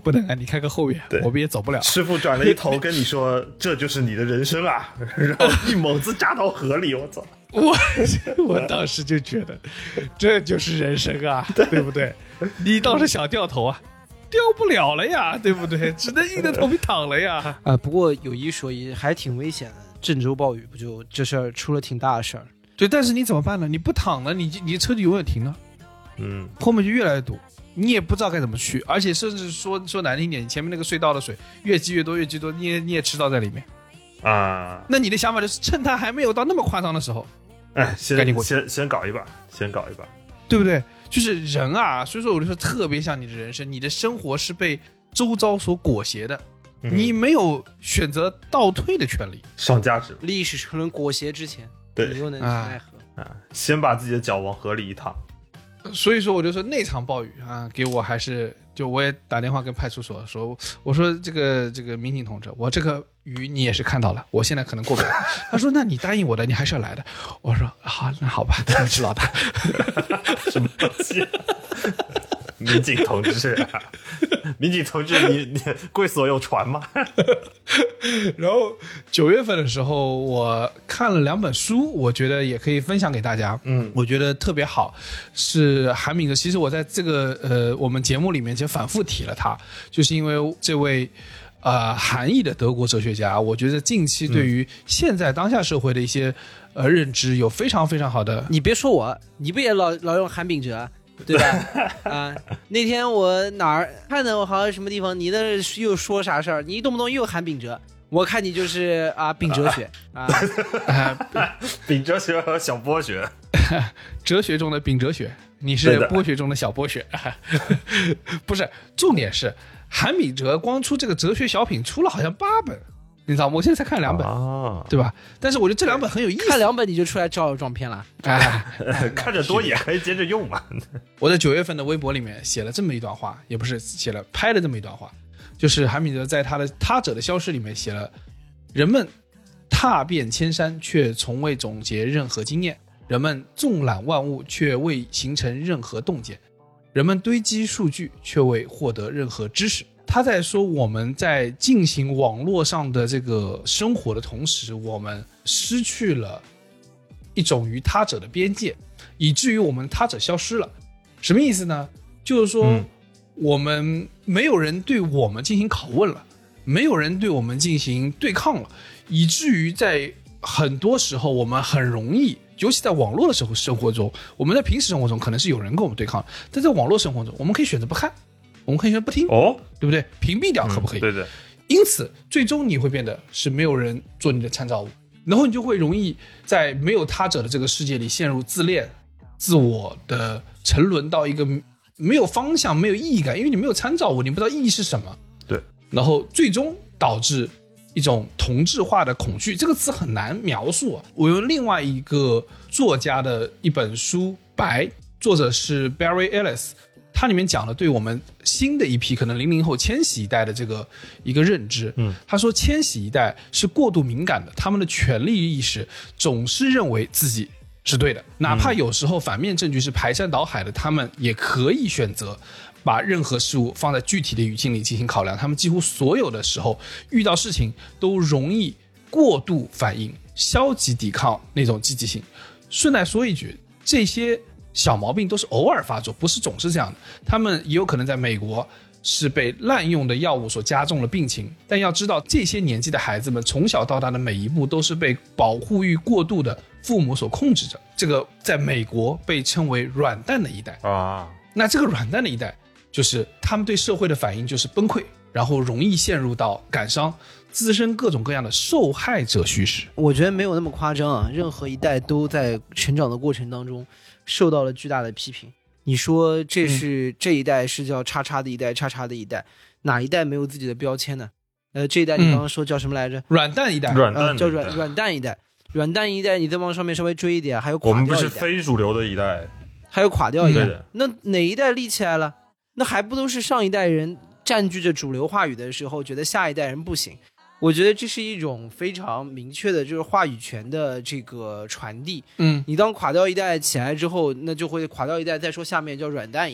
不能啊，你开个后面，我们也走不了。 师傅转了一头跟你说这就是你的人生啊，然后一猛子扎到河里，我操！ 我我当时就觉得这就是人生啊，对不对？你倒是想掉头啊，掉不了了呀，对不对？只能硬着头皮躺了呀。 啊、呃，不过有一说一，还挺危险的。郑州暴雨不就这事儿出了挺大的事儿？ 对，但是你怎么办呢？你不躺了，你你车就永远停了， 嗯， 后面就越来越堵，你也不知道该怎么去，而且甚至说说难听点，你前面那个隧道的水越积越多，越积越多，你也你也迟早在里面啊。 那你的想法就是趁它还没有到那么夸张的时候， 哎，先赶紧过去先先搞一把，先搞一把， 对不对？就是人啊，所以说我就说特别像你的人生，你的生活是被周遭所裹挟的。嗯、你没有选择倒退的权利， 上价值， 历史车轮裹挟之前， 对， 你又能奈何啊？先把自己的脚往河里一趟。 所以说，我就说那场暴雨啊，给我还是就我也打电话跟派出所说，我说这个这个民警同志，我这个雨你也是看到了，我现在可能过不了。他说：“那你答应我的，你还是要来的。”我说：“好，那好吧，你是老大。” 什么东西？民警同志、啊，民警同志，你你贵所有船吗？ 然后九月份的时候，我看了两本书，我觉得也可以分享给大家。嗯，我觉得特别好，是韩炳哲。其实我在这个呃我们节目里面其实反复提了他，就是因为这位呃韩裔的德国哲学家，我觉得近期对于现在当下社会的一些呃认知有非常非常好的。 你别说我，你不也老老用韩炳哲？对吧？啊，那天我哪儿看的？我好像什么地方，你那又说啥事儿？你动不动又喊秉哲，我看你就是啊，秉哲学啊， 秉哲学和小波学， 哲学中的秉哲学，你是波学中的小波学，不是？重点是韩秉哲光出这个哲学小品出了好像八本。你知道吗？我现在才看两本、啊、对吧？但是我觉得这两本很有意思。 看两本你就出来照照片了， 哎， 看着多也可以接着用嘛。 我在九月份的微博里面写了这么一段话，也不是写了，拍了这么一段话，就是韩炳哲在他的《他者的消失》里面写了：人们踏遍千山，却从未总结任何经验；人们纵览万物，却未形成任何洞见；人们堆积数据，却未获得任何知识。他在说我们在进行网络上的这个生活的同时，我们失去了一种与他者的边界，以至于我们他者消失了。什么意思呢？就是说、嗯、我们没有人对我们进行拷问了，没有人对我们进行对抗了，以至于在很多时候我们很容易，尤其在网络的时候生活中，我们在平时生活中可能是有人跟我们对抗，但在网络生活中我们可以选择不看，我们可以选择不听，哦，对不对？屏蔽掉可不可以？ 嗯、对对。 因此，最终你会变得是没有人做你的参照物，然后你就会容易在没有他者的这个世界里陷入自恋、自我的沉沦到一个没有方向、没有意义感，因为你没有参照物，你不知道意义是什么。 对。然后最终导致一种同质化的恐惧，这个词很难描述啊。我用另外一个作家的一本书《白》，作者是 Barry Ellis。它里面讲了对我们新的一批可能零零后千禧一代的这个一个认知。嗯，他说千禧一代是过度敏感的，他们的权利意识总是认为自己是对的，哪怕有时候反面证据是排山倒海的，他们也可以选择把任何事物放在具体的语境里进行考量。他们几乎所有的时候遇到事情都容易过度反应，消极抵抗那种积极性。顺带说一句，这些小毛病都是偶尔发作，不是总是这样的。他们也有可能在美国是被滥用的药物所加重了病情，但要知道这些年纪的孩子们从小到大的每一步都是被保护欲过度的父母所控制着，这个在美国被称为软蛋的一代啊。那这个软蛋的一代就是他们对社会的反应就是崩溃，然后容易陷入到感伤，滋生各种各样的受害者叙事。 我觉得没有那么夸张啊，任何一代都在成长的过程当中受到了巨大的批评。你说这是、嗯、这一代是叫叉叉的一代，叉叉的一代，哪一代没有自己的标签呢？呃，这一代你刚刚说叫什么来着？ 嗯、软蛋一代， 软蛋、 呃、叫软软蛋一代，软蛋一代，你再往上面稍微追一点，还有垮掉一代。 一代。 我们不是非主流的一代， 还有垮掉一代。 嗯、 那哪一代立起来了？那还不都是上一代人占据着主流话语的时候，觉得下一代人不行？我觉得这是一种非常明确的，就是话语权的这个传递。 嗯， 你当垮掉一代起来之后，那就会垮掉一代，再说下面叫软蛋一代。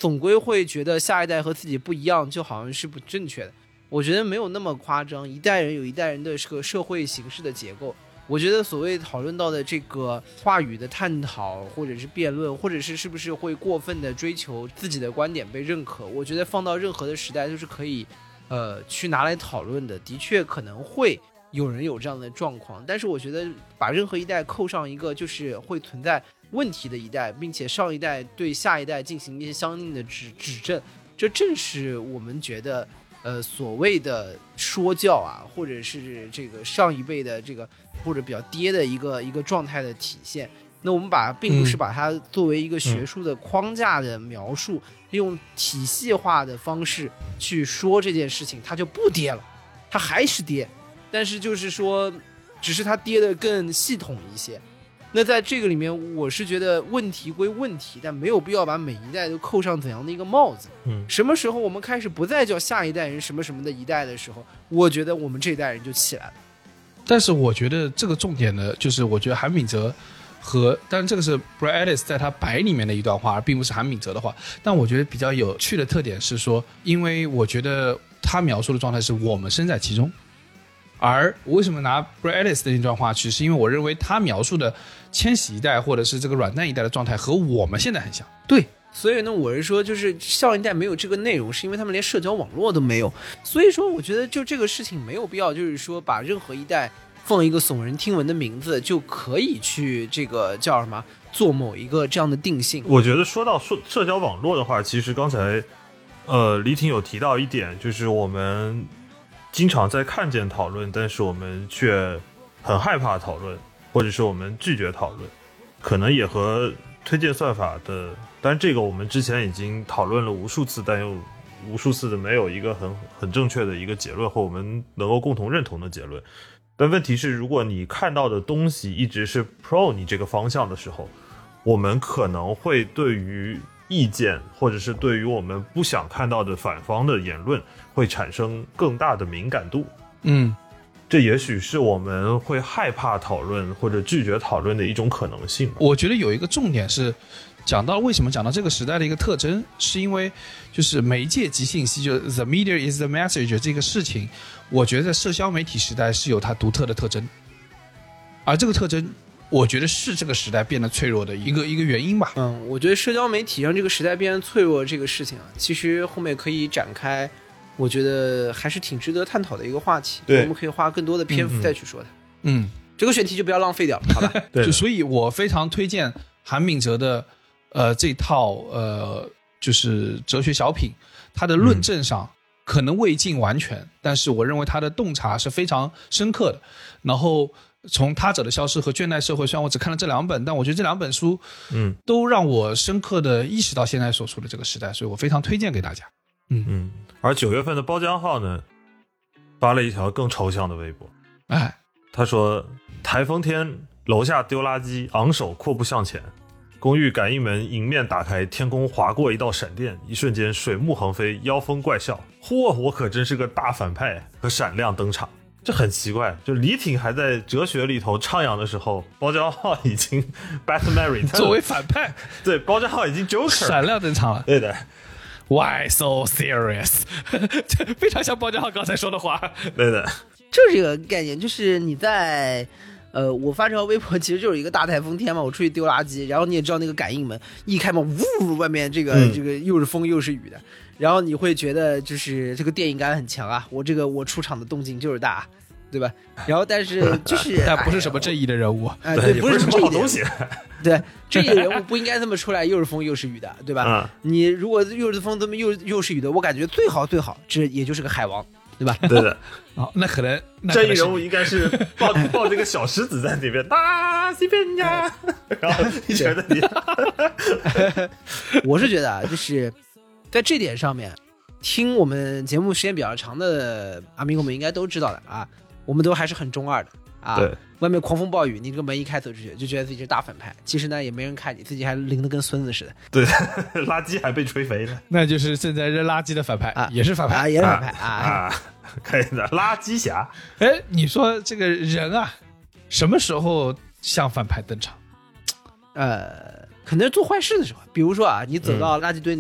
总归会觉得下一代和自己不一样，就好像是不正确的。我觉得没有那么夸张，一代人有一代人的这个社会形式的结构。我觉得所谓讨论到的这个话语的探讨，或者是辩论，或者是是不是会过分的追求自己的观点被认可，我觉得放到任何的时代都是可以，呃，去拿来讨论的。的确可能会有人有这样的状况，但是我觉得把任何一代扣上一个就是会存在问题的一代，并且上一代对下一代进行一些相应的指指正，这正是我们觉得。呃，所谓的说教啊，或者是这个上一辈的这个或者比较跌的一个一个状态的体现。那我们把并不是把它作为一个学术的框架的描述，嗯、用体系化的方式去说这件事情，它就不跌了，它还是跌，但是就是说，只是它跌得更系统一些。那在这个里面，我是觉得问题归问题，但没有必要把每一代都扣上怎样的一个帽子。 嗯， 什么时候我们开始不再叫下一代人什么什么的一代的时候，我觉得我们这一代人就起来了。 但是我觉得这个重点呢，就是我觉得韩秉哲和，但这个是 Brad Ellis 在他白里面的一段话，而并不是韩秉哲的话。但我觉得比较有趣的特点是说，因为我觉得他描述的状态是我们身在其中。而我为什么拿 Brad Ellis 的那段话去，是因为我认为他描述的千禧一代或者是这个软蛋一代的状态和我们现在很像。 对，所以呢，我是说，就是上一代没有这个内容，是因为他们连社交网络都没有。所以说，我觉得就这个事情没有必要，就是说把任何一代放一个耸人听闻的名字，就可以去这个叫什么做某一个这样的定性。 我觉得说到社社交网络的话，其实刚才呃李挺有提到一点，就是我们经常在看见讨论，但是我们却很害怕讨论，或者是我们拒绝讨论，可能也和推荐算法的，但这个我们之前已经讨论了无数次，但又无数次的没有一个很很正确的一个结论或我们能够共同认同的结论。但问题是，如果你看到的东西一直是 pro 你这个方向的时候，我们可能会对于意见或者是对于我们不想看到的反方的言论会产生更大的敏感度。 嗯， 这也许是我们会害怕讨论或者拒绝讨论的一种可能性。 我觉得有一个重点是讲到为什么讲到这个时代的一个特征，是因为就是媒介及信息，就 the media is the message 这个事情，我觉得在社交媒体时代是有它独特的特征，而这个特征我觉得是这个时代变得脆弱的一个一个原因吧。 嗯，我觉得社交媒体让这个时代变得脆弱这个事情啊，其实后面可以展开，我觉得还是挺值得探讨的一个话题。 对， 我们可以花更多的篇幅再去说它。 嗯， 这个选题就不要浪费掉了，好吧？ 对， 就所以我非常推荐韩秉哲的呃这套呃就是哲学小品，他的论证上可能未尽完全，嗯、但是我认为他的洞察是非常深刻的。然后从他者的消失和倦怠社会，虽然我只看了这两本，但我觉得这两本书嗯都让我深刻的意识到现在所处的这个时代，所以我非常推荐给大家。嗯嗯，而九月份的包浆号呢发了一条更抽象的微博， 哎， 他说台风天楼下丢垃圾，昂首阔步向前，公寓感应门迎面打开，天空划过一道闪电，一瞬间水幕横飞，妖风怪笑，嚯，我可真是个大反派，和闪亮登场。这很奇怪，就李挺还在哲学里头徜徉的时候，包浆号已经 Batman return 作为反派， 对，包浆号已经 Joker 闪亮登场了。 对的 ，Why so serious？ 非常像包浆号刚才说的话。 对的， 就是这个概念，就是你在呃，我发这条微博其实就是一个大台风天嘛，我出去丢垃圾，然后你也知道那个感应门一开门，呜，外面这个、嗯、这个又是风又是雨的。然后你会觉得就是这个电影感很强啊，我这个我出场的动静就是大，对吧？然后但是就是但不是什么正义的人物， 哎，对，不是什么好东西， 对，正义的人物不应该这么出来，又是风又是雨的，对吧？嗯、你如果又是风，这么又又是雨的，我感觉最好最好，这也就是个海王，对吧？ 对的， 哦，那可能正义人物应该是抱抱这个小石子在那边，大西边呀，然后你觉得你， 我是觉得啊，就是。在这点上面，听我们节目时间比较长的阿明，我们应该都知道的啊，我们都还是很中二的啊。 对， 外面狂风暴雨，你这个门一开走出去，就觉得自己是大反派，其实呢也没人看你，自己还淋得跟孙子似的。 对，垃圾还被吹飞了， 那就是正在扔垃圾的反派啊， 也是反派啊，也是反派啊啊，可以的，垃圾侠。 哎，你说这个人啊，什么时候向反派登场？ 呃，可能是做坏事的时候，比如说啊，你走到垃圾堆里面。嗯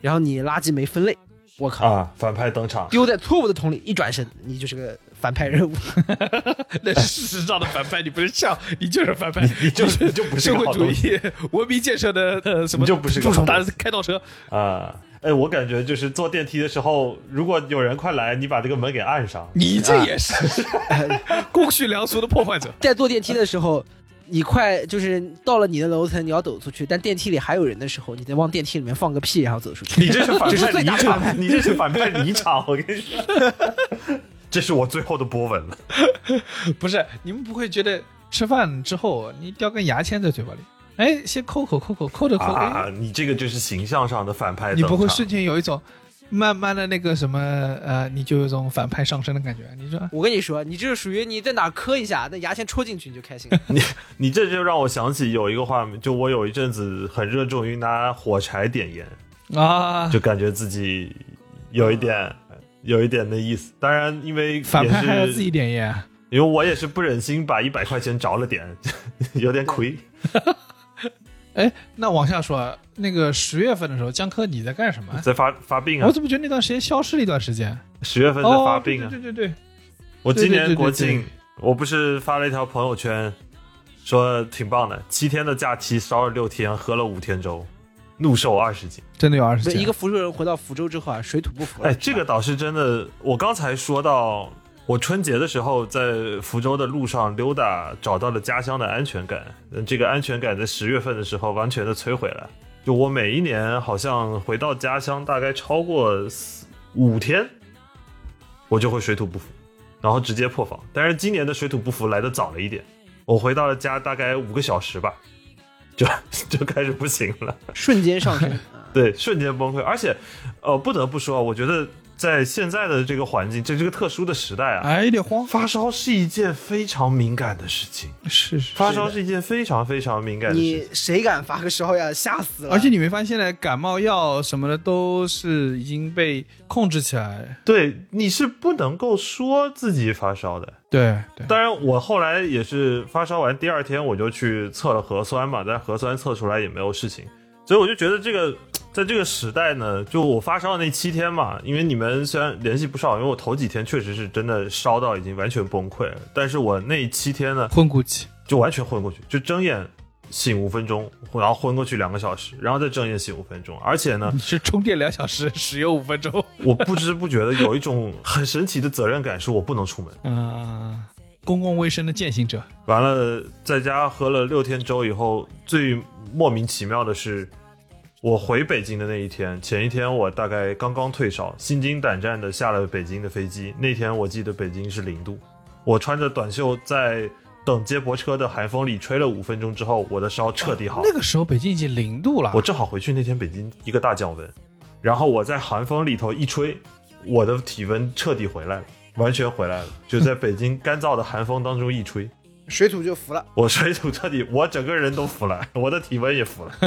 然后你垃圾没分类，我靠啊，反派登场， 丢在错误的桶里，一转身你就是个反派人物。 那事实上的反派，你不是笑，你就是反派， 你你就你就不是社会主个好东西义文明建设的呃什么， 你就不是个好东西打开倒车啊。哎，我感觉就是坐电梯的时候，如果有人快来，你把这个门给按上。 你这也是、啊、公序良俗的破坏者。 在坐电梯的时候，你快就是到了你的楼层，你要走出去，但电梯里还有人的时候，你再往电梯里面放个屁，然后走出去。 你这是反这是派离最大的反派场，你这是反派离场，我跟你说，这是我最后的波纹了。 不是，你们不会觉得吃饭之后你叼根牙签在嘴巴里？哎，先抠口抠口抠着抠， 啊！你这个就是形象上的反派， 你不会瞬间有一种慢慢的那个什么呃，你就有一种反派上升的感觉？你说， 我跟你说，你这是属于你在哪磕一下，那牙签戳进去你就开心了。 你你这就让我想起有一个画面，就我有一阵子很热衷于拿火柴点烟啊， 就感觉自己有一点有一点的意思。当然，因为反派还要自己点烟， 因为我也是不忍心把一百块钱着了点，有点亏。 哎，那往下说，那个十月份的时候，江科你在干什么？ 在发发病啊！ 我怎么觉得那段时间消失了一段时间？ 十月份在发病啊！ 哦、对对对对对， 我今年国庆， 对对对对对我不是发了一条朋友圈，说挺棒的，七天的假期烧了六天，喝了五天粥，怒瘦二十斤， 真的有二十斤。 一个福州人回到福州之后啊，水土不服了。 哎，这个倒是真的。我刚才说到。我春节的时候在福州的路上溜达，找到了家乡的安全感。这个安全感在十月份的时候完全的摧毁了。就我每一年好像回到家乡大概超过五天，我就会水土不服，然后直接破防。但是今年的水土不服来得早了一点，我回到了家大概五个小时吧，就就开始不行了， 瞬间上升。 对，瞬间崩溃。而且，呃，不得不说，我觉得。在现在的这个环境，这这个特殊的时代啊， 哎，有点慌。 发烧是一件非常敏感的事情， 是是， 发烧是一件非常非常敏感的事情。 你谁敢发个烧呀？吓死了！ 而且你没发现现在感冒药什么的都是已经被控制起来。 对，你是不能够说自己发烧的。 对对。 当然，我后来也是发烧完第二天我就去测了核酸嘛，但核酸测出来也没有事情，所以我就觉得这个。在这个时代呢，就我发烧的那七天嘛，因为你们虽然联系不上，因为我头几天确实是真的烧到已经完全崩溃了，但是我那七天呢， 昏过去， 就完全昏过去，就睁眼醒五分钟，然后昏过去两个小时，然后再睁眼醒五分钟，而且呢， 你是充电两小时，使用五分钟， 我不知不觉的有一种很神奇的责任感，是我不能出门， 嗯、呃，公共卫生的践行者。 完了，在家喝了六天粥以后，最莫名其妙的是。我回北京的那一天，前一天我大概刚刚退烧，心惊胆战的下了北京的飞机。那天我记得北京是零度，我穿着短袖在等接驳车的寒风里吹了五分钟之后，我的烧彻底好了。 那个时候北京已经零度了， 我正好回去那天北京一个大降温，然后我在寒风里头一吹，我的体温彻底回来了，完全回来了，就在北京干燥的寒风当中一吹。 水土就服了， 我水土彻底，我整个人都服了，我的体温也服了。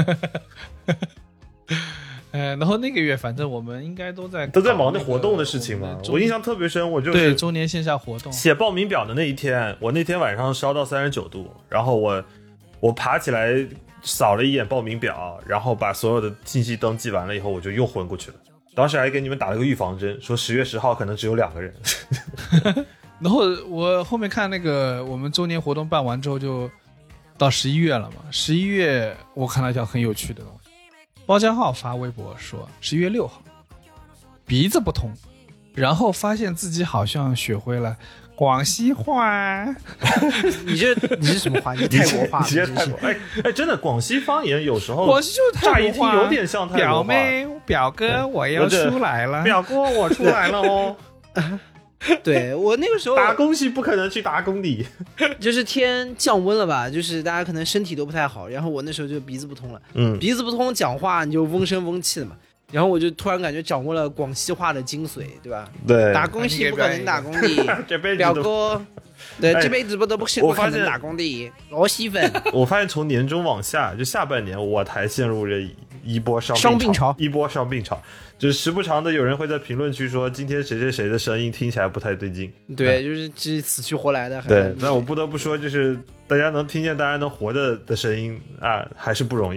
呃，然后那个月反正我们应该都在都在忙那活动的事情嘛。我印象特别深，我就是对周年线下活动写报名表的那一天，我那天晚上烧到三十九度，然后我我爬起来扫了一眼报名表，然后把所有的信息登记完了以后，我就又昏过去了。当时还给你们打了个预防针，说十月十号可能只有两个人。 然后我后面看那个我们周年活动办完之后，就到十一月了嘛。十一月我看到一条很有趣的东西，包家浩发微博说十一月六号鼻子不通，然后发现自己好像学会了广西话。 你这你是什么话？你泰国话？ 你这泰国？哎哎，真的，广西方言有时候广西就是泰国话， 乍一听有点像泰国话。 表妹表哥，我要出来了。 表哥，我出来了哦。 对，我那个时候打工系不可能去打工的， 就是天降温了吧，就是大家可能身体都不太好，然后我那时候就鼻子不通了， 嗯， 鼻子不通讲话你就嗡声嗡气的嘛，然后我就突然感觉掌握了广西话的精髓，对吧？ 对， 打工系不可能打工的， 这辈子表哥，对， 哎这辈子不都不是不可能打工的，老稀粉。 我发现从年中往下，就下半年我台陷入着一波伤伤病潮， 一波伤病潮。就是时不常的有人会在评论区说今天谁谁谁的声音听起来不太对劲， 对，就是这死去活来的。 对，那我不得不说，就是大家能听见大家能活着的声音啊，还是不容易的。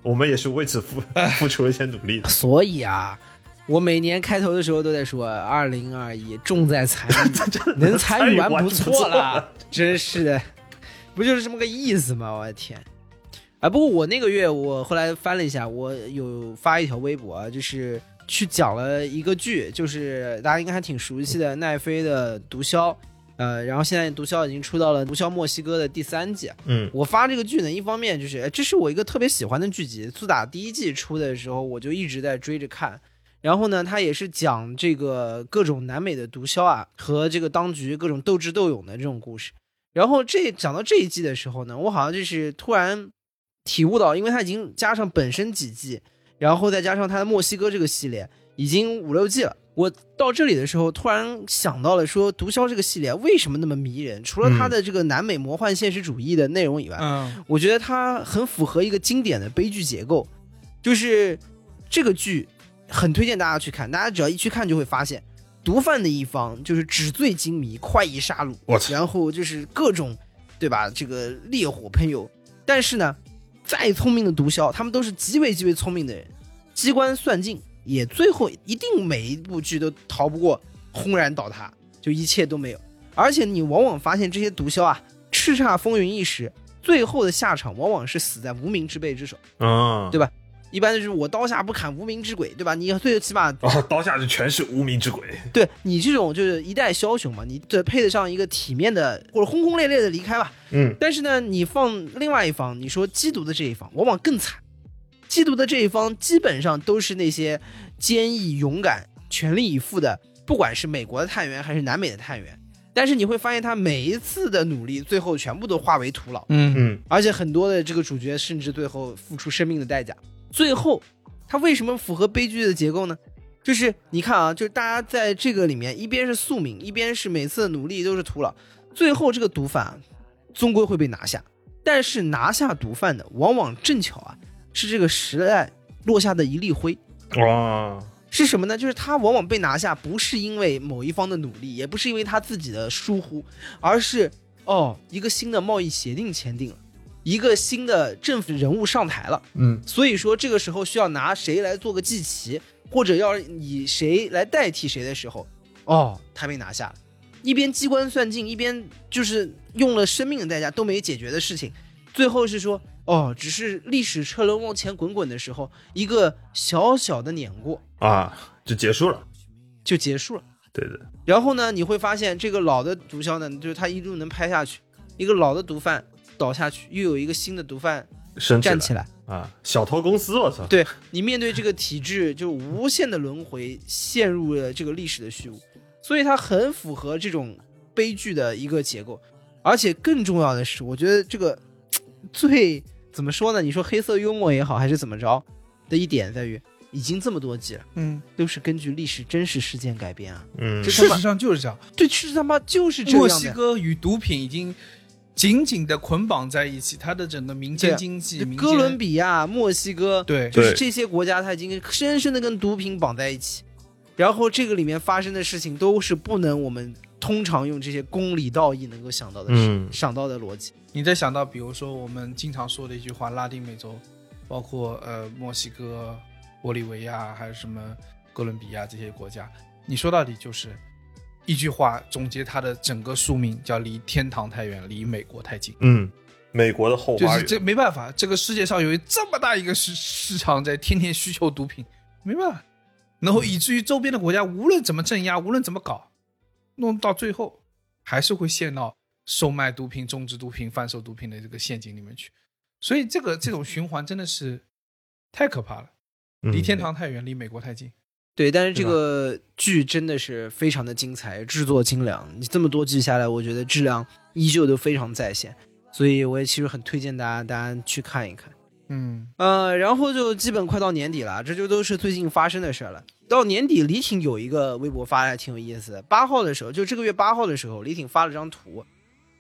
我们也是为此付付出了一些努力的。 所以啊，我每年开头的时候都在说二零二一重在参与，能参与完不错了，真是的，不就是这么个意思吗？我的天！啊，不过我那个月我后来翻了一下，我有发一条微博啊，就是去讲了一个剧，就是大家应该还挺熟悉的奈飞的《毒枭》。呃，然后现在《毒枭》已经出到了《毒枭墨西哥》的第三季。 嗯，我发这个剧呢，一方面就是这是我一个特别喜欢的剧集，自打第一季出的时候，我就一直在追着看。然后呢，它也是讲这个各种南美的毒枭啊和这个当局各种斗智斗勇的这种故事。然后这讲到这一季的时候呢，我好像就是突然体悟到，因为它已经加上本身几季，然后再加上它的墨西哥这个系列，已经五六季了。我到这里的时候突然想到了说毒枭这个系列为什么那么迷人，除了它的这个南美魔幻现实主义的内容以外、嗯、我觉得它很符合一个经典的悲剧结构，就是这个剧很推荐大家去看，大家只要一去看就会发现毒贩的一方就是纸醉金迷快意杀戮，然后就是各种对吧这个烈火喷油，但是呢再聪明的毒枭他们都是极为极为聪明的人，机关算尽也最后一定每一部剧都逃不过轰然倒塌，就一切都没有。而且你往往发现这些毒枭啊叱咤风云一时，最后的下场往往是死在无名之辈之手、嗯、对吧，一般就是我刀下不砍无名之鬼，对吧，你最起码、 哦、刀下就全是无名之鬼， 对你这种就是一代枭雄嘛，你这配得上一个体面的或者轰轰烈烈的离开吧。 嗯， 但是呢你放另外一方，你说缉毒的这一方往往更惨，缉毒的这一方基本上都是那些坚毅勇敢全力以赴的，不管是美国的探员还是南美的探员，但是你会发现他每一次的努力最后全部都化为徒劳。 嗯嗯， 而且很多的这个主角甚至最后付出生命的代价。最后他为什么符合悲剧的结构呢？就是你看啊，就是大家在这个里面一边是宿命，一边是每次的努力都是徒劳，最后这个毒贩终归会被拿下，但是拿下毒贩的往往正巧啊是这个时代落下的一粒灰。 哇， 是什么呢？就是他往往被拿下不是因为某一方的努力，也不是因为他自己的疏忽，而是哦一个新的贸易协定签订了，一个新的政府人物上台了。 嗯， 所以说这个时候需要拿谁来做个祭旗，或者要以谁来代替谁的时候，哦他被拿下了，一边机关算尽，一边就是用了生命的代价都没解决的事情，最后是说哦，只是历史车轮往前滚滚的时候，一个小小的碾过啊，就结束了， 就结束了。 对的。 然后呢，你会发现这个老的毒枭呢，就是他一路能拍下去，一个老的毒贩倒下去，又有一个新的毒贩站起来啊，小偷公司，我操！ 对，你面对这个体制，就无限的轮回，陷入了这个历史的虚无，所以它很符合这种悲剧的一个结构。而且更重要的是，我觉得这个最怎么说呢？你说黑色幽默也好，还是怎么着的一点在于，已经这么多季了， 嗯， 都是根据历史真实事件改编啊， 嗯，事实上就是这样， 对，是他妈就是这样的。 墨西哥与毒品已经紧紧的捆绑在一起，它的整个民间经济，民间哥伦比亚、墨西哥， 对， 就是这些国家，它已经深深的跟毒品绑在一起。然后这个里面发生的事情，都是不能我们通常用这些公理道义能够想到的事、嗯、想到的逻辑。 你再想到，比如说我们经常说的一句话，拉丁美洲，包括呃墨西哥、玻利维亚，还有什么哥伦比亚这些国家，你说到底就是一句话总结它的整个宿命，叫离天堂太远，离美国太近。 嗯，美国的后花园， 就是这没办法，这个世界上有这么大一个市市场在天天需求毒品，没办法。然后以至于周边的国家无论怎么镇压，无论怎么搞，弄到最后还是会陷到售卖毒品、种植毒品、贩售毒品的这个陷阱里面去。所以这个这种循环真的是太可怕了，离天堂太远，离美国太近。 对，但是这个剧真的是非常的精彩，制作精良，你这么多季下来，我觉得质量依旧都非常在线，所以我也其实很推荐大家大家去看一看。 嗯呃，然后就基本快到年底了，这就都是最近发生的事了。到年底，李挺有一个微博发的还挺有意思的。八号的时候，就这个月八号的时候，李挺发了张图，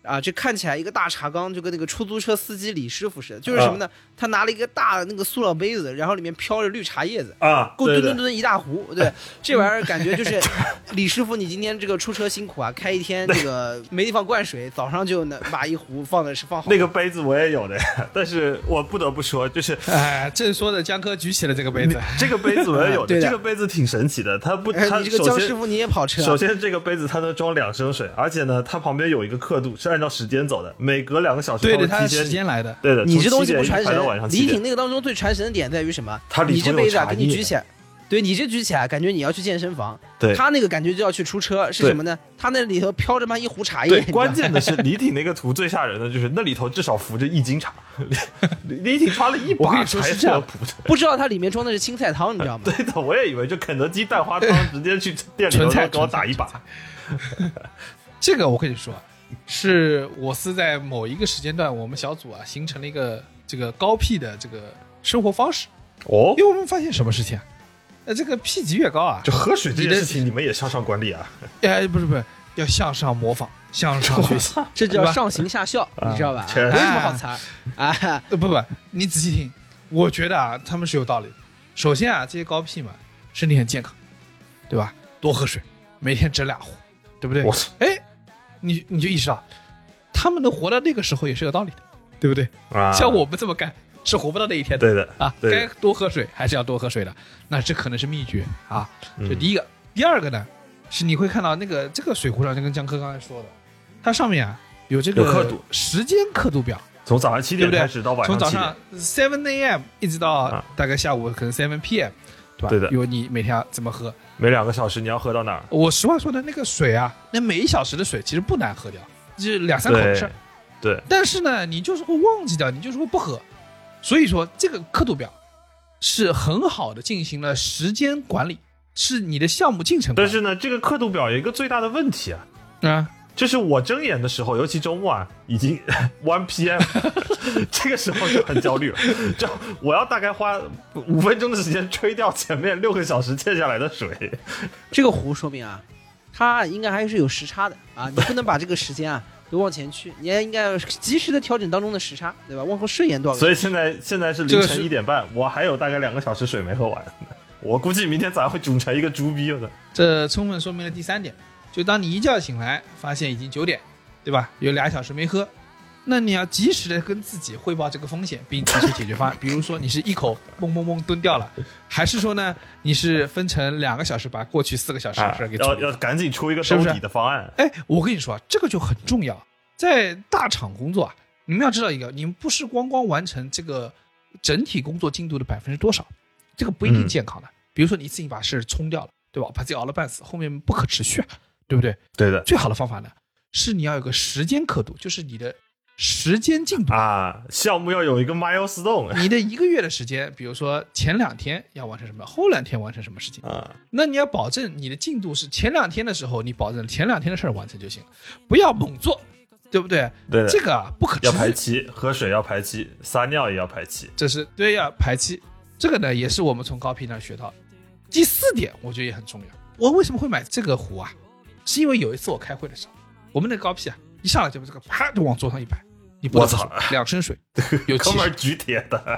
啊，这看起来一个大茶缸，就跟那个出租车司机李师傅似的，就是什么呢？啊、他拿了一个大的那个塑料杯子，然后里面飘着绿茶叶子啊， 够吨吨吨一大壶。对，这玩意儿感觉就是李师傅，你今天这个出车辛苦啊，开一天这个没地方灌水，早上就能把一壶放的是放好。 那个杯子我也有的，但是我不得不说，就是哎，正说的江科举起了这个杯子， 这个杯子我也有的， 的这个杯子挺神奇的，它不，它你这个江师傅你也跑车、啊。 首先这个杯子它能装两升水，而且呢，它旁边有一个刻度是按照时间走的。每隔两个小时， 对的，它是时间来的。 对的， 你这东西不传神。 李挺那个当中最传神的点在于什么？ 它你这杯子啊，给你举起来，对你这举起来，感觉你要去健身房。 对， 他那个感觉就要去出车，是什么呢？他那里头飘着嘛一壶茶叶。 对，关键的是李挺那个图最吓人的就是那里头至少浮着一斤茶，李挺抓了一把茶叶这谱着。 不知道它里面装的是青菜汤，你知道吗？ 对的，我也以为就肯德基蛋花汤，直接去店里头给我打一把。 这个我跟你说。是我司在某一个时间段，我们小组啊形成了一个这个高 P 的这个生活方式哦， 因为我们发现什么事情啊？呃，这个 P 级越高啊， 就喝水这件事情，你们也向上管理啊？ 哎，不是不是，要向上模仿，向上学习， 这叫上行下效，你知道吧？ 没什么好词儿啊？ 不不，你仔细听，我觉得啊，他们是有道理的。首先啊，这些高 P 嘛，身体很健康，对吧？多喝水，每天整俩壶，对不对？哎。你你就意识到，他们能活到那个时候也是有道理的，对不对？ 啊， 像我们这么干是活不到那一天的。 对的啊，该多喝水还是要多喝水的。那这可能是秘诀啊。这第一个，嗯、第二个呢，是你会看到那个这个水壶上，就跟江科刚才说的，它上面啊有这个刻度时间刻度表， 从早上七点开始到晚上七点， 从早上 seven a m 一直到大概下午可能 seven p m， 对吧？ 对的， 有你每天要怎么喝。 每两个小时你要喝到哪儿？ 我实话说的，那个水啊，那每一小时的水其实不难喝掉，就是两三口的事儿。 对。 但是呢，你就是会忘记掉，你就是会不喝。所以说，这个刻度表是很好的进行了时间管理，是你的项目进程管理。 但是呢，这个刻度表有一个最大的问题啊， 啊， 就是我睁眼的时候，尤其周末啊，已经 one p m 这个时候就很焦虑了。就我要大概花五分钟的时间吹掉前面六个小时欠下来的水。 这个壶说明啊，它应该还是有时差的啊，你不能把这个时间啊都往前去，你应该要及时的调整当中的时差，对吧？往后顺延多少个？ 所以现在现在是凌晨一点半，我还有大概两个小时水没喝完，我估计明天早上会肿成一个猪逼了。 这充分说明了第三点。就当你一觉醒来，发现已经九点，对吧？有俩小时没喝，那你要及时的跟自己汇报这个风险，并提出解决方案。比如说，你是一口嘣嘣嘣蹲掉了，还是说呢，你是分成两个小时把过去四个小时的事给处理、 啊、要要赶紧出一个兜底的方案。 哎，我跟你说，这个就很重要。在大厂工作啊，你们要知道一个，你们不是光光完成这个整体工作进度的百分之多少，这个不一定健康的。嗯、比如说，你自己把事冲掉了，对吧？把自己熬了半死，后面不可持续啊。对不对？ 对的。 最好的方法呢，是你要有个时间刻度，就是你的时间进度啊，项目要有一个 milestone。 你的一个月的时间，比如说前两天要完成什么，后两天完成什么事情啊？ 那你要保证你的进度是前两天的时候，你保证前两天的事儿完成就行了，不要猛做，对不对？ 对的。 这个啊不可持续。 要排期，喝水要排期，撒尿也要排期。 这是对，要排期。这个呢，也是我们从高 P 那儿学到的。第四点，我觉得也很重要。我为什么会买这个壶啊？是因为有一次我开会的时候，我们那个高 P 啊，一上来就把这个啪就往桌上一摆，你不操，两升水，有哥们儿举铁的，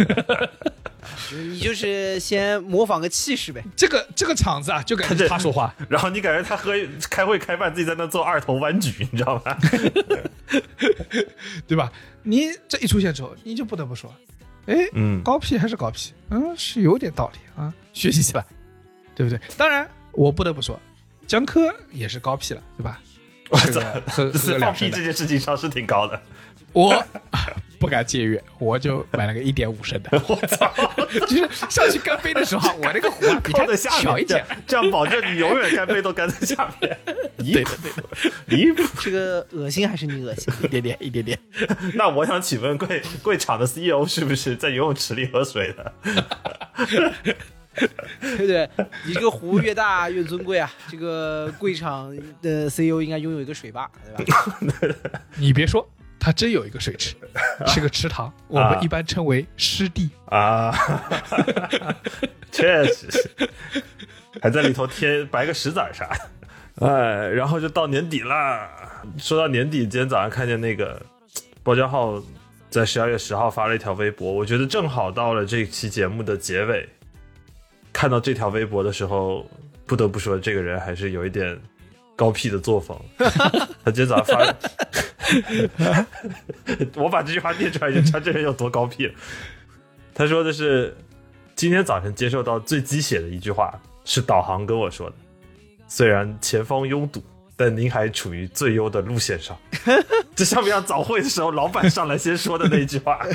你就是先模仿个气势呗。 这个这个场子啊，就感觉他说话， 然后你感觉他喝开会开办，自己在那做二头弯举，你知道吗？ 对吧？你这一出现之后，你就不得不说，哎，嗯，高 P 还是高 P， 嗯，是有点道理啊，学习起来，对不对？当然，我不得不说。江科也是高 P 了，对吧？ 我操，是放屁这件事情上是挺高的。 我不敢借阅，我就买了个一点五升的。 我操！ 就是上去干杯的时候，我那个壶啊比它小一点， 这样保证你永远干杯都干在下面。 对的对的， 离谱！ 这个恶心还是你恶心？ 一点点一点点。 那我想请问贵贵厂的 C E O 是不是在游泳池里喝水的？ 对不对？你这个壶越大越尊贵啊！这个贵厂的 C E O 应该拥有一个水坝，对吧？ 你别说，他真有一个水池，是个池塘，我们一般称为湿地啊。确实是，还在里头贴白个石子啥的。 哎，然后就到年底了。说到年底，今天早上看见那个包家浩在十二月十号发了一条微博，我觉得正好到了这期节目的结尾。看到这条微博的时候，不得不说这个人还是有一点高屁的作风。他今天早上发了我把这句话念出来就知道这人有多高屁了。他说的是今天早晨接受到最鸡血的一句话，是导航跟我说的，虽然前方拥堵，但您还处于最优的路线上。这像不像早会的时候老板上来先说的那句话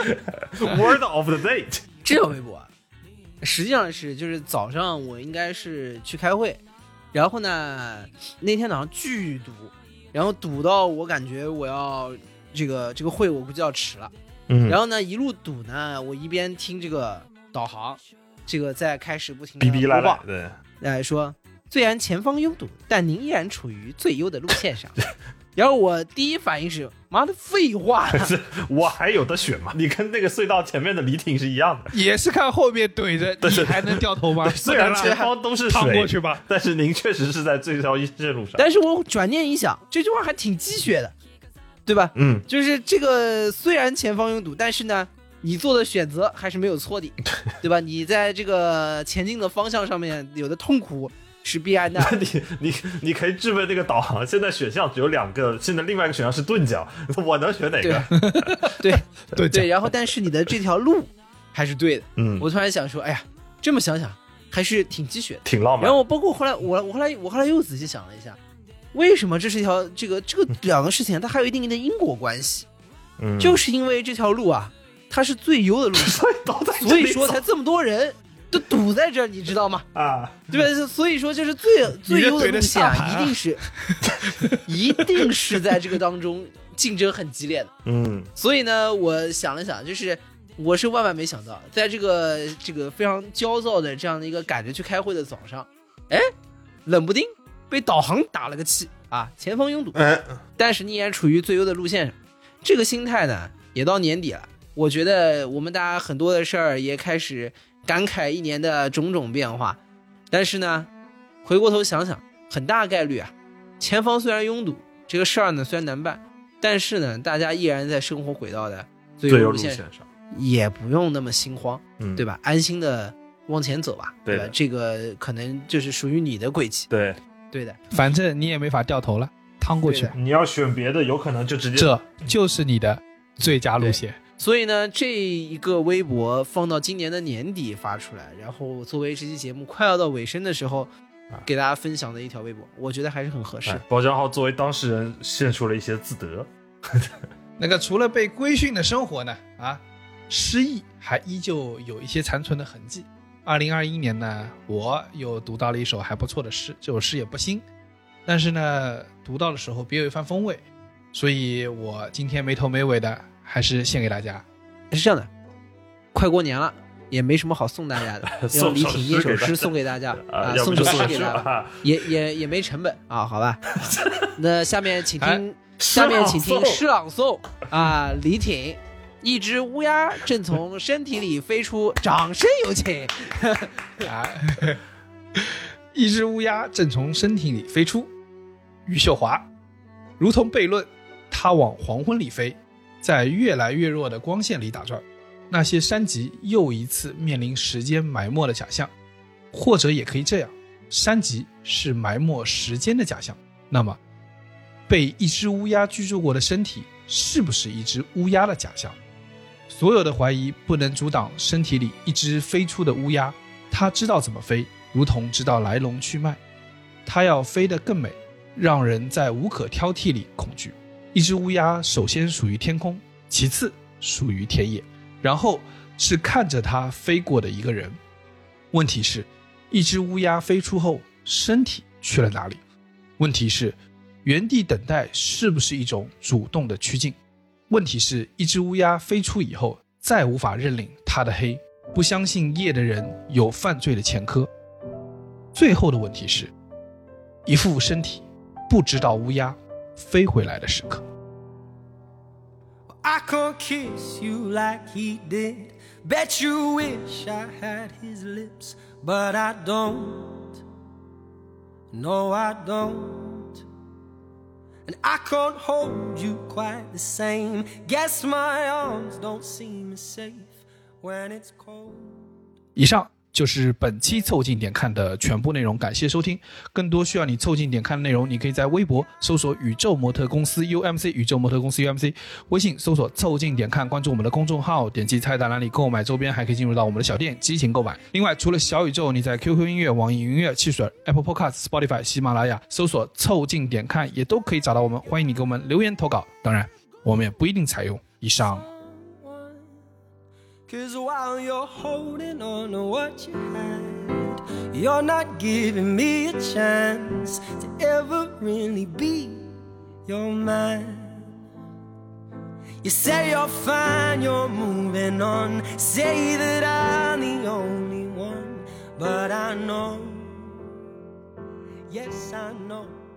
？Word of the day。 这条微博啊，实际上是就是早上我应该是去开会，然后呢那天早上巨堵，然后堵到我感觉我要这个这个会我估计要迟了。嗯，然后呢一路堵呢，我一边听这个导航，这个在开始不停的哔哔来来，对， 来说虽然前方拥堵，但您依然处于最优的路线上。然后我第一反应是，妈的废话、啊， 我还有的选吗？你跟那个隧道前面的李挺是一样的， 也是看后面怼着，你还能掉头吗？ 虽然前方都是水， 趟过去吧， 但是您确实是在最条一线路上。 但是我转念一想，这句话还挺鸡血的，对吧？ 嗯， 就是这个虽然前方拥堵，但是呢，你做的选择还是没有错的，对吧？你在这个前进的方向上面有的痛苦是必然的。 你你你可以质问那个导航，现在选项只有两个，现在另外一个选项是钝角，我能选哪个？ 对对对，然后但是你的这条路还是对的。 嗯， 我突然想说，哎呀，这么想想还是挺鸡血的， 挺浪漫。 然后包括后来我我后来我后来又仔细想了一下，为什么这是一条这个这个两个事情它还有一定的因果关系？嗯，就是因为这条路啊，它是最优的路，所以说才这么多人。都堵在这儿，你知道吗？ 啊， 对吧？所以说，就是最最优的路线啊，一定是，一定是在这个当中竞争很激烈的。 嗯， 所以呢，我想了想，就是我是万万没想到，在这个这个非常焦躁的这样的一个赶着去开会的早上，哎，冷不丁被导航打了个气啊，前方拥堵， 哎， 但是你也处于最优的路线上。这个心态呢，也到年底了，我觉得我们大家很多的事儿也开始感慨一年的种种变化，但是呢，回过头想想，很大概率啊，前方虽然拥堵，这个事儿呢虽然难办，但是呢，大家依然在生活轨道的最优路线上，也不用那么心慌，嗯，对吧？安心的往前走吧，对吧？这个可能就是属于你的轨迹， 对， 对的， 反正你也没法掉头了，趟过去。 你要选别的，有可能就直接， 这就是你的最佳路线。 所以呢，这一个微博放到今年的年底发出来，然后作为这期节目快要到尾声的时候，给大家分享的一条微博，我觉得还是很合适。 包家浩作为当事人献出了一些自得。 那个除了被规训的生活呢，啊，失忆还依旧有一些残存的痕迹。二零二一年呢，我又读到了一首还不错的诗，这首诗也不新，但是呢，读到的时候别有一番风味，所以我今天没头没尾的。还是献给大家。 是这样的，快过年了，也没什么好送大家的，让李挺一首诗送给大家啊，送首诗给大家，也也也没成本啊，好吧？那下面请听，下面请听诗朗诵啊，李挺，一只乌鸦正从身体里飞出，掌声有请。 啊，一只乌鸦正从身体里飞出，余秀华，如同悖论，它往黄昏里飞。在越来越弱的光线里打转，那些山脊又一次面临时间埋没的假象，或者也可以这样，山脊是埋没时间的假象。那么，被一只乌鸦居住过的身体是不是一只乌鸦的假象？所有的怀疑不能阻挡身体里一只飞出的乌鸦，它知道怎么飞，如同知道来龙去脉。它要飞得更美，让人在无可挑剔里恐惧。一只乌鸦首先属于天空，其次属于田野，然后是看着它飞过的一个人。问题是，一只乌鸦飞出后，身体去了哪里？问题是，原地等待是不是一种主动的趋近？问题是，一只乌鸦飞出以后，再无法认领它的黑，不相信夜的人有犯罪的前科。最后的问题是，一副身体不知道乌鸦飞回来的时刻。 I can't kiss you like he did. Bet you wish I had his lips, but I don't. No, I don't. And I can't hold you quite the same. Guess my arms don't seem as safe when it's cold. 以上就是本期凑近点看的全部内容，感谢收听。更多需要你凑近点看的内容，你可以在微博搜索宇宙模特公司 U M C 宇宙模特公司 U M C， 微信搜索凑近点看，关注我们的公众号，点击菜单栏里购买周边，还可以进入到我们的小店激情购买。另外除了小宇宙，你在 Q Q 音乐、网易云音乐、汽水、Apple Podcast、Spotify、喜马拉雅搜索凑近点看也都可以找到我们，欢迎你给我们留言投稿，当然我们也不一定采用。以上。 Cause while you're holding on to what you had, you're not giving me a chance to ever really be your man. You say you're fine, you're moving on, say that I'm the only one, but I know, yes I know